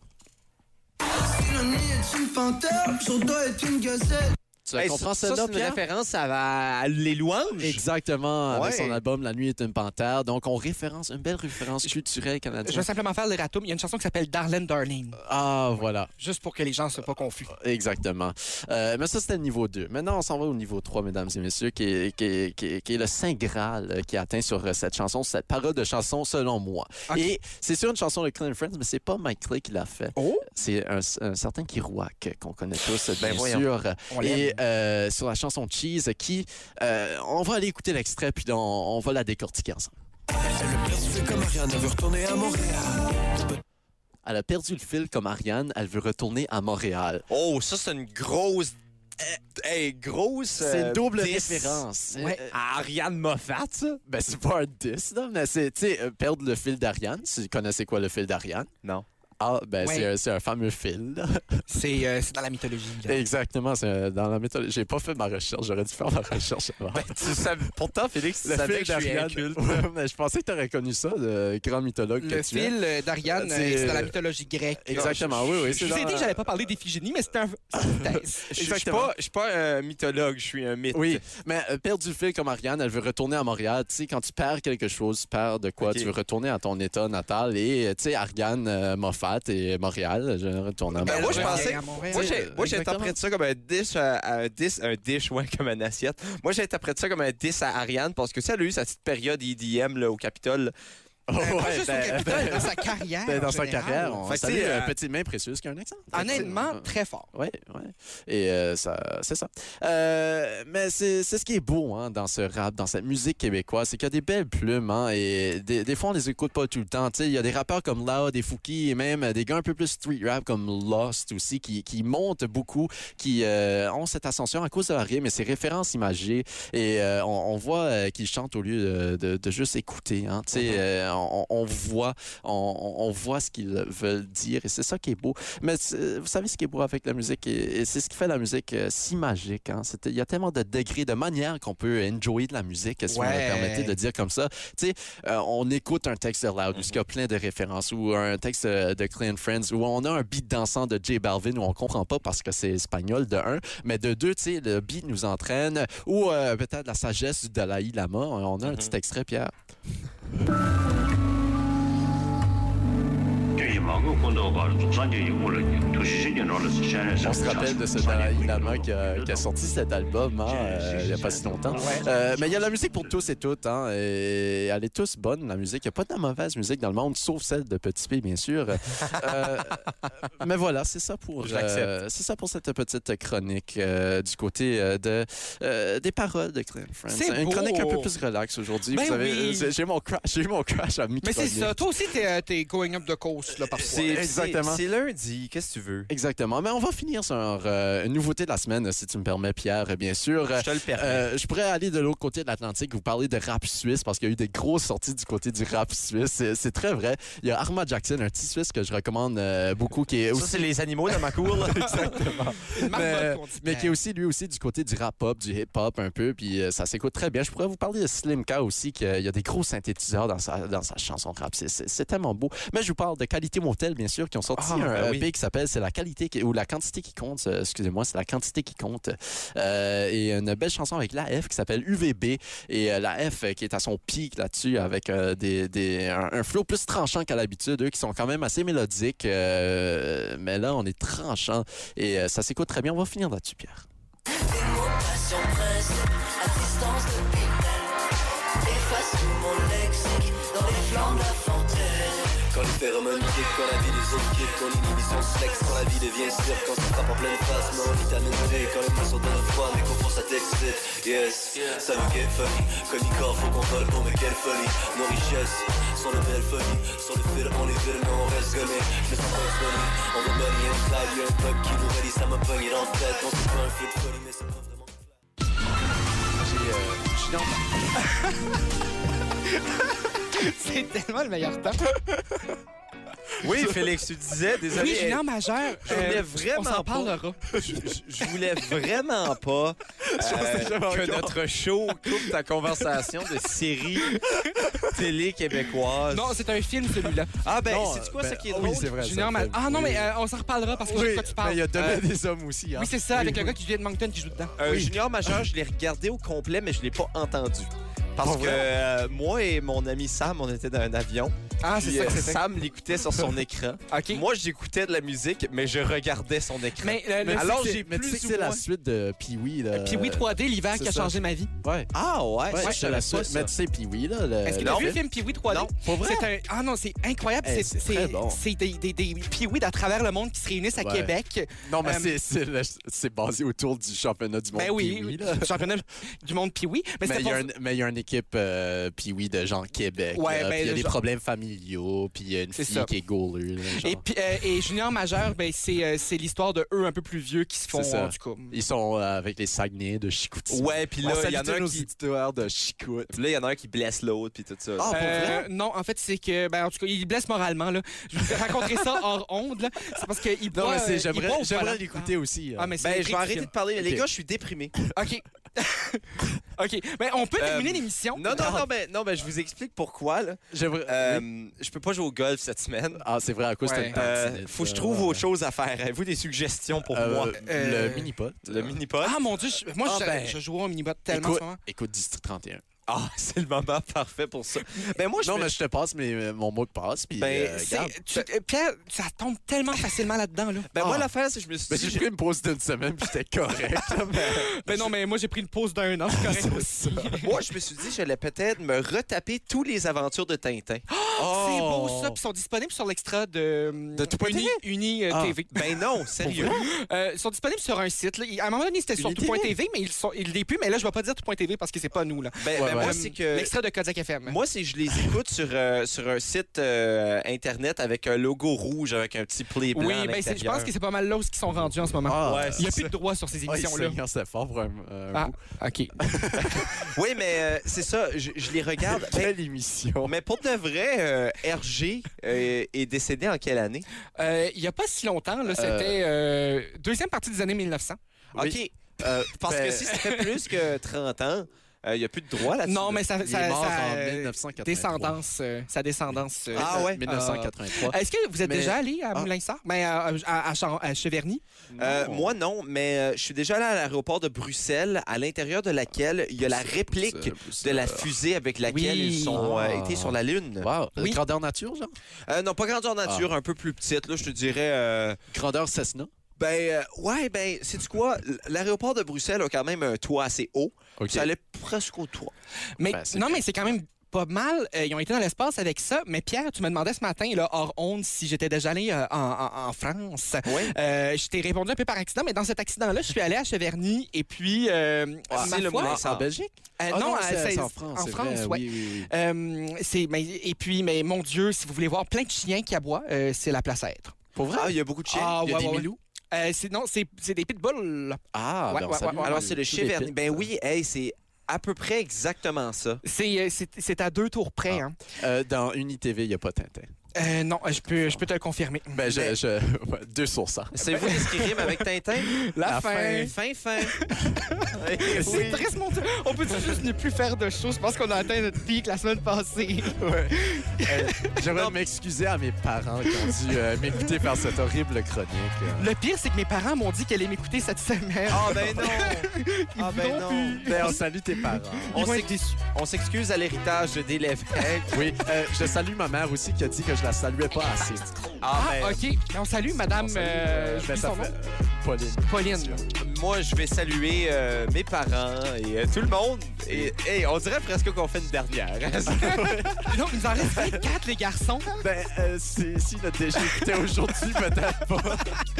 Le nid est une panthère, son dos est une gazelle. Tu la Hey, comprends ça, celle-là, c'est une Pierre? référence à, à les louanges. Exactement, avec Ouais. son album La nuit est une panthère. Donc, on référence, une belle référence culturelle Je canadienne. vais simplement faire le ratum. Il y a une chanson qui s'appelle Darlene Darlene. Ah, voilà, Juste pour que les gens ne soient pas confus. exactement. Euh, mais ça, c'était le niveau deux. Maintenant, on s'en va au niveau trois, mesdames et messieurs, qui est, qui est- qui est- qui est le Saint Graal euh, qui est atteint sur euh, cette chanson, cette parole de chanson, selon moi. Ok. Et c'est sur une chanson de Clean Friends, mais c'est pas Mike Clay qui l'a fait. Oh! C'est un, un certain Kerouac qu'on connaît tous, bien Ben voyons. sûr. On l'aime. Et euh, sur la chanson Cheese, qui, euh, on va aller écouter l'extrait, puis on, on va la décortiquer ensemble. Elle a perdu comme Ariane, elle veut retourner à Montréal. Elle a perdu le fil comme Ariane, elle veut retourner à Montréal. Oh, ça, c'est une grosse... euh, Hey, grosse... C'est euh, une double diss référence. Ouais. Euh, À Ariane Moffat, ça? Ben, c'est pas un diss, là, mais c'est, tu sais, euh, perdre le fil d'Ariane. Tu connais c'est quoi le fil d'Ariane? Non. Ah, ben, Ouais. c'est, un, c'est un fameux fil, là. C'est euh, c'est dans la mythologie. là. Exactement, c'est euh, dans la méthode. J'ai pas fait ma recherche, j'aurais dû faire ma recherche avant. Tu savais- Pourtant, Félix, tu Le savais fil que je suis d'Ariane. inculte. Ouais, mais je pensais que t'aurais connu ça, le grand mythologue que Le tu es. fil euh, d'Ariane, euh, C'est, c'est dans la euh, mythologie grecque. Exactement, oui, oui. Je c'est vous ai dans- dit que j'allais pas parler d'Iphigénie, mais c'était un... c'est une thèse. Je je suis Exactement. pas, je suis pas un mythologue, je suis un mythe. Oui, mais euh, perdre du fil comme Ariane, elle veut retourner à Montréal. Tu sais, quand tu perds quelque chose, tu perds de quoi? Ok. Tu veux retourner à ton état natal. Et, euh, tu sais, Ariane euh, Moffat et Montréal, je retourne à Ben, Montréal. moi, je Ouais, pensais- à Montréal. Moi, Tu sais, j'ai- moi, exactement. j'interprète ça comme un dish, à- à un dish, un dish, ouais, comme une assiette. Moi, j'interprète ça comme un dish à Ariane parce que si elle a eu sa petite période E D M là, au Capitole. Oh, Euh, pas ouais, juste ben, au Capitole, ben, dans sa carrière. ben, dans en sa général. carrière, on Fait que, salue tu sais, euh, euh, Petite Main Précieuse qui a un accent. Honnêtement, très fort. Oui, oui. Et euh, ça, c'est ça. Euh, mais c'est, c'est ce qui est beau hein, dans ce rap, dans cette musique québécoise, c'est qu'il y a des belles plumes. Hein, et des, des fois, on les écoute pas tout le temps. Tu sais, il y a des rappeurs comme Loud, des Fouki, et même des gars un peu plus street rap comme Lost aussi, qui, qui montent beaucoup, qui euh, ont cette ascension à cause de la rime et ces références imagées. Et euh, on, on voit euh, qu'ils chantent au lieu de, de, de juste écouter. Hein, tu sais, euh, on, on voit, on, on voit ce qu'ils veulent dire et c'est ça qui est beau. Mais c'est- vous savez ce qui est beau avec la musique et, et c'est ce qui fait la musique euh, si magique. Hein? C'est- Il y a tellement de degrés, de manières qu'on peut enjoyer de la musique, si vous me Ouais. permettez de dire comme ça. Tu sais, euh, on écoute un texte de Loud où il y a plein de références ou un texte euh, de Clean Friends où on a un beat dansant de J Balvin où on comprend pas parce que c'est espagnol de un, mais de deux, tu sais, le beat nous entraîne ou euh, peut-être la sagesse du Dalai Lama. On a un petit extrait, Pierre. Cueillez On se rappelle de ce Dalai Lama qui a, qui a sorti cet album hein, euh, il n'y a pas si longtemps. Euh, mais il y a la musique pour tous et toutes. Hein, et elle est tous bonne, la musique. Il n'y a pas de mauvaise musique dans le monde, sauf celle de Petit P, bien sûr. Euh, mais voilà, c'est ça pour euh, c'est ça pour cette petite chronique euh, du côté euh, de, euh, des paroles de Glenn Friends. C'est Une beau. chronique un peu plus relax aujourd'hui. Ben Vous savez, oui. euh, j'ai mon crash, j'ai eu mon crash à mi Mais c'est ça. Toi aussi, t'es, euh, t'es going up the coast, là, parfois. C'est Exactement. c'est- c'est lundi, qu'est-ce que tu veux? Exactement. Mais on va finir sur euh, une nouveauté de la semaine, si tu me permets, Pierre, bien sûr. Je te le permets. Euh, je pourrais aller de l'autre côté de l'Atlantique, vous parler de rap suisse, parce qu'il y a eu des grosses sorties du côté du rap suisse. C'est, c'est très vrai. Il y a Arma Jackson, un petit Suisse que je recommande euh, beaucoup, qui est Ça, aussi... c'est les animaux dans ma cour. là. Exactement. Une marque mais, bonne, qu'on dit mais bien. qui est aussi, lui aussi, du côté du rap-pop, du hip-hop un peu, puis euh, ça s'écoute très bien. Je pourrais vous parler de Slimka aussi, qu'il y a des gros synthétiseurs dans sa, dans sa chanson rap. C'est, c'est, c'est tellement beau. Mais je vous parle de Qualité Motel, bien sûr, qui ont sorti Ah, un ben E P oui. qui s'appelle C'est la qualité qui- ou la quantité qui compte. euh, excusez-moi, c'est la quantité qui compte. Euh, et une belle chanson avec l'A F qui s'appelle U V B. Et euh, l'A F euh, qui est à son pic là-dessus avec euh, des, des, un, un flow plus tranchant qu'à l'habitude, eux qui sont quand même assez mélodiques. euh, mais là, on est tranchant et euh, ça s'écoute très bien. On va finir là-dessus, Pierre. Passion presse, à distance de pixels. Efface tout mon lexique dans les flammes de la fontaine. Quand les phéromones kick, quand la vie des autres kick, quand l'inhibition se flex, quand la vie devient cirque, quand ça frappe en pleine face, mais en vitamine D, quand les mains sont dans le froid, mais qu'au fond ça t'excite. Yes, ça veut get funny, comme Icor, faut qu'on vole, oh mais quelle folie. Nos richesses sont de belles folies, sur le fil, on les vide, mais on reste gommé. Je me sens pas funny, on veut money inside, y'a un bug qui nous relie, ça m'a pogné dans la tête, on sait pas un feu de folie, mais c'est pas vraiment... J'ai, euh, je suis dans- C'est tellement le meilleur temps. Oui, Félix, tu disais, désolé. Oui, Julien Majeur. je voulais euh, vraiment on s'en pas. parlera. je, je- je voulais vraiment pas euh, que notre show coupe ta conversation de série télé québécoise. Non, c'est un film, celui-là. Ah ben, Non, c'est quoi ben, ça qui est oui, drôle? c'est vrai. Julien ça Majeur. fait- Ah non, oui. mais euh, on s'en reparlera parce que je sais Oui, de quoi tu mais parles. il y a Demain Euh, des hommes aussi. Hein. Oui, c'est ça, avec Oui. le gars qui vient de Moncton qui joue dedans. Euh, Oui. Junior Majeur, je l'ai regardé au complet, mais je l'ai pas entendu. Parce Pour que vrai? euh, moi et mon ami Sam, on était dans un avion. Ah, c'est Puis, ça que euh, c'était. Sam l'écoutait sur son écran. OK. Moi, j'écoutais de la musique, mais je regardais son écran. Mais le, le- Alors, Tu sais j'ai que- mais tu plus sais que ou c'est la moins- suite de Pee-Wee. là. Puis oui, trois D, l'hiver c'est qui a ça. changé ma vie. Ouais. Ah ouais, Ouais, ça, je c'est savais la pas suite. ça. Mais tu sais, Pee-Wee, là. Le, Est-ce que tu le as vu le film. film Pee-Wee trois D? Non. Pour vrai? C'est un... Ah non, c'est incroyable. Eh, c'est c'est très c'est- bon. c'est des, des, des Pee-Wee d'à travers le monde qui se réunissent à Ouais. Québec. Non, mais Euh, c'est, c'est, le- c'est basé autour du championnat du monde. Ben oui, Pee-Wee, là. le championnat du monde Pee-Wee. Mais, Mais c'était il y, a pas- un- mais il y a une équipe euh, Pee-Wee de genre Québec. Ouais, là, ben, puis il y a le des genre- problèmes familiaux, puis il y a une C'est fille ça. qui est goaler. là, genre. Et, puis, euh, et Junior Majeur, ben, c'est euh, c'est l'histoire de eux un peu plus vieux qui se font, C'est ça. en tout cas. Ils sont euh, avec les Saguenay de Chicoutimi. Ouais, puis là, On il salue y en a tous un nos qui... éditeurs de Chicout. Puis là, il y en a un qui blesse l'autre, puis tout ça. Ah, pour Euh, vrai? non, en fait, c'est que, ben, en tout cas, il blesse moralement. Là. Je vous ai raconté ça hors onde. là. C'est parce qu'il boit. Non, mais euh, c'est, il j'aimerais, boit au j'aimerais volant. l'écouter aussi. Ah, hein. mais c'est Ben, je écrit vais du arrêter film. de parler. Les Ok. gars, je suis déprimé. OK. OK. Ben, on peut terminer Euh, l'émission. Non, non, non, ben, non, ben, je vous explique pourquoi. Là. J'aimerais- Euh, oui. Je peux pas jouer au golf cette semaine. Ah, c'est vrai, à cause Ouais. de Euh, faut que je trouve autre chose à faire. Avez-vous des suggestions pour moi? Euh, Le mini-pot. Le mini-pod? Ah, mon Dieu, je- moi, Ah, je, ben. je joue au mini-bot tellement en Écoute, ce moment. écoute District trente et un. Ah, c'est le moment parfait pour ça. Ben, moi, je Non, me- mais je te passe mes, euh, mon mot de passe, puis Ben, euh, C'est- regarde. tu- euh, Pierre, ça tombe tellement facilement là-dedans. Là. Ben, moi, Ah. l'affaire, c'est que je me suis Ben, dit... j'ai pris une pause d'une semaine, puis j'étais correct. là, mais- Ben non, mais moi, j'ai pris une pause d'un an. C'est correct aussi. Moi, je me suis dit, j'allais peut-être me retaper tous les aventures de Tintin. C'est beau, Oh. ça. Puis ils sont disponibles sur l'extra de, De Tout Point Uni, T V? Uni, euh, Ah. T V. Ben non, sérieux. Euh, ils sont disponibles sur un site. Là. À un moment donné, c'était sur Uni tout point T V. T V, mais ils sont, ils l'est plus. Mais là, je vais pas dire tout point T V parce que c'est pas nous. Là. Ben, Ouais, ben, ouais. moi, Euh, c'est que... L'extrait de Kodiak F M. Moi, c'est je les écoute sur, euh, sur un site euh, Internet avec un logo rouge avec un petit play blanc oui, à ben, c'est- je l'intérieur. pense que c'est pas mal là où ils sont rendus en ce moment. Ah, Ouais, Il n'y a c'est plus de droit sur ces Ah, il émissions-là. Seigneur, c'est fort pour un, un Ah, bout. OK. Oui, mais euh, c'est ça, je, je les regarde. Ben, Quelle émission. mais pour de vrai, euh, R G euh, est décédé en quelle année? Euh, Il n'y a pas si longtemps, là, c'était euh, deuxième partie des années mille neuf cents. Oui. OK. Euh, parce Ben- que si ça fait plus que trente ans, Il n'y a plus de droit là-dessus. Non, mais ça... Il ça, est mort ça, en euh, mille neuf cent quatre-vingt-trois. Descendance, euh, sa descendance. euh, Ah ouais? mille neuf cent quatre-vingt-trois. Est-ce que vous êtes Mais- déjà allé à Ah. Moulinsart? Ben, à, à, à, Chan- à Cheverny? Euh, Non. moi, non, mais euh, je suis déjà allé à l'aéroport de Bruxelles, à l'intérieur de laquelle il y a la réplique de la fusée avec laquelle Oui. ils ont euh, Ah. été sur la Lune. Wow. Oui. Grandeur nature, genre? Euh, non, pas grandeur nature, un peu plus petite, là, je te dirais. euh, Grandeur Cessna? ben, euh, ouais, ben, sais-tu quoi? L- L'aéroport de Bruxelles a quand même un toit assez haut. OK. Ça allait presque au toit. Mais, Ben, c'est non, bien. mais c'est quand même pas mal. Euh, ils ont été dans l'espace avec ça. Mais Pierre, tu me demandais ce matin, là, hors onde, si j'étais déjà allé euh, en, en- en France. Oui. Euh, je t'ai répondu un peu par accident, mais dans cet accident-là, je suis allé à Cheverny et puis, euh, Ah, ma c'est le foi, Moulinsart. En Belgique? euh, Ah non, euh, c'est c'est- c'est en France. en c'est France, vrai. ouais. Oui, oui, oui. Euh, c'est, mais, et puis, mais mon Dieu, si vous voulez voir plein de chiens qui aboient, euh, c'est la place à être. Pour vrai? Ah, il y a beaucoup de chiens. Ah, Il y a ouais, des ouais, milous? Euh, c'est, non, c'est, c'est des pitbulls. Ah, Ouais, ben on ouais, salue ouais, ouais. Alors, tous c'est le les Cheverny. pits. Ben oui, hey, c'est à peu près exactement ça. C'est, euh, c'est, c'est à deux tours près. Ah. Hein. Euh, dans UniTV, il n'y a pas Tintin. Euh, non, je peux, je peux te le confirmer. Ben, je, Mais- je... ouais, deux sur cent. C'est vous ce qui rime avec Tintin? La, La fin. Fin, fin. C'est triste, mon Dieu. On peut juste ne plus faire de choses? Je pense qu'on a atteint notre pic la semaine passée. Euh, J'aimerais m'excuser à mes parents qui ont dû euh, m'écouter faire cette horrible chronique. euh. Le pire, c'est que mes parents m'ont dit qu'elle allait m'écouter cette semaine. Ah, ben non! Ils Ah, ben voudront non! plus. Ben, on salue tes parents. Ils On vont s'ex- être déçus. On s'excuse à l'héritage des Lévesque. Oui, euh, je salue ma mère aussi qui a dit que je la saluais pas assez. Ah, Ah, ben, OK. Ben, on salue Madame On salue, euh, euh, je ben, dis ça son fait, nom. euh, Pauline. Pauline. moi, je vais saluer euh, mes parents et euh, tout le monde. Et hey, on dirait presque qu'on fait une dernière. Non, il nous en reste vingt-quatre, les garçons. Ben, euh, c'est- si notre D G écoutait aujourd'hui, peut-être pas.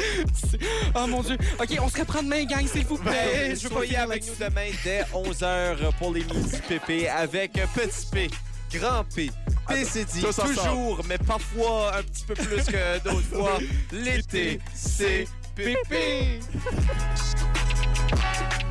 Oh mon Dieu. OK, on se reprend demain, gang, s'il vous plaît. Ben, Je veux pas soyez finir avec là-dessus. nous demain dès onze heures pour les Midi Pépé avec Petit P, Grand P, P C D, tous ensemble. toujours, mais parfois un petit peu plus que d'autres fois. L'été, c'est Pépé.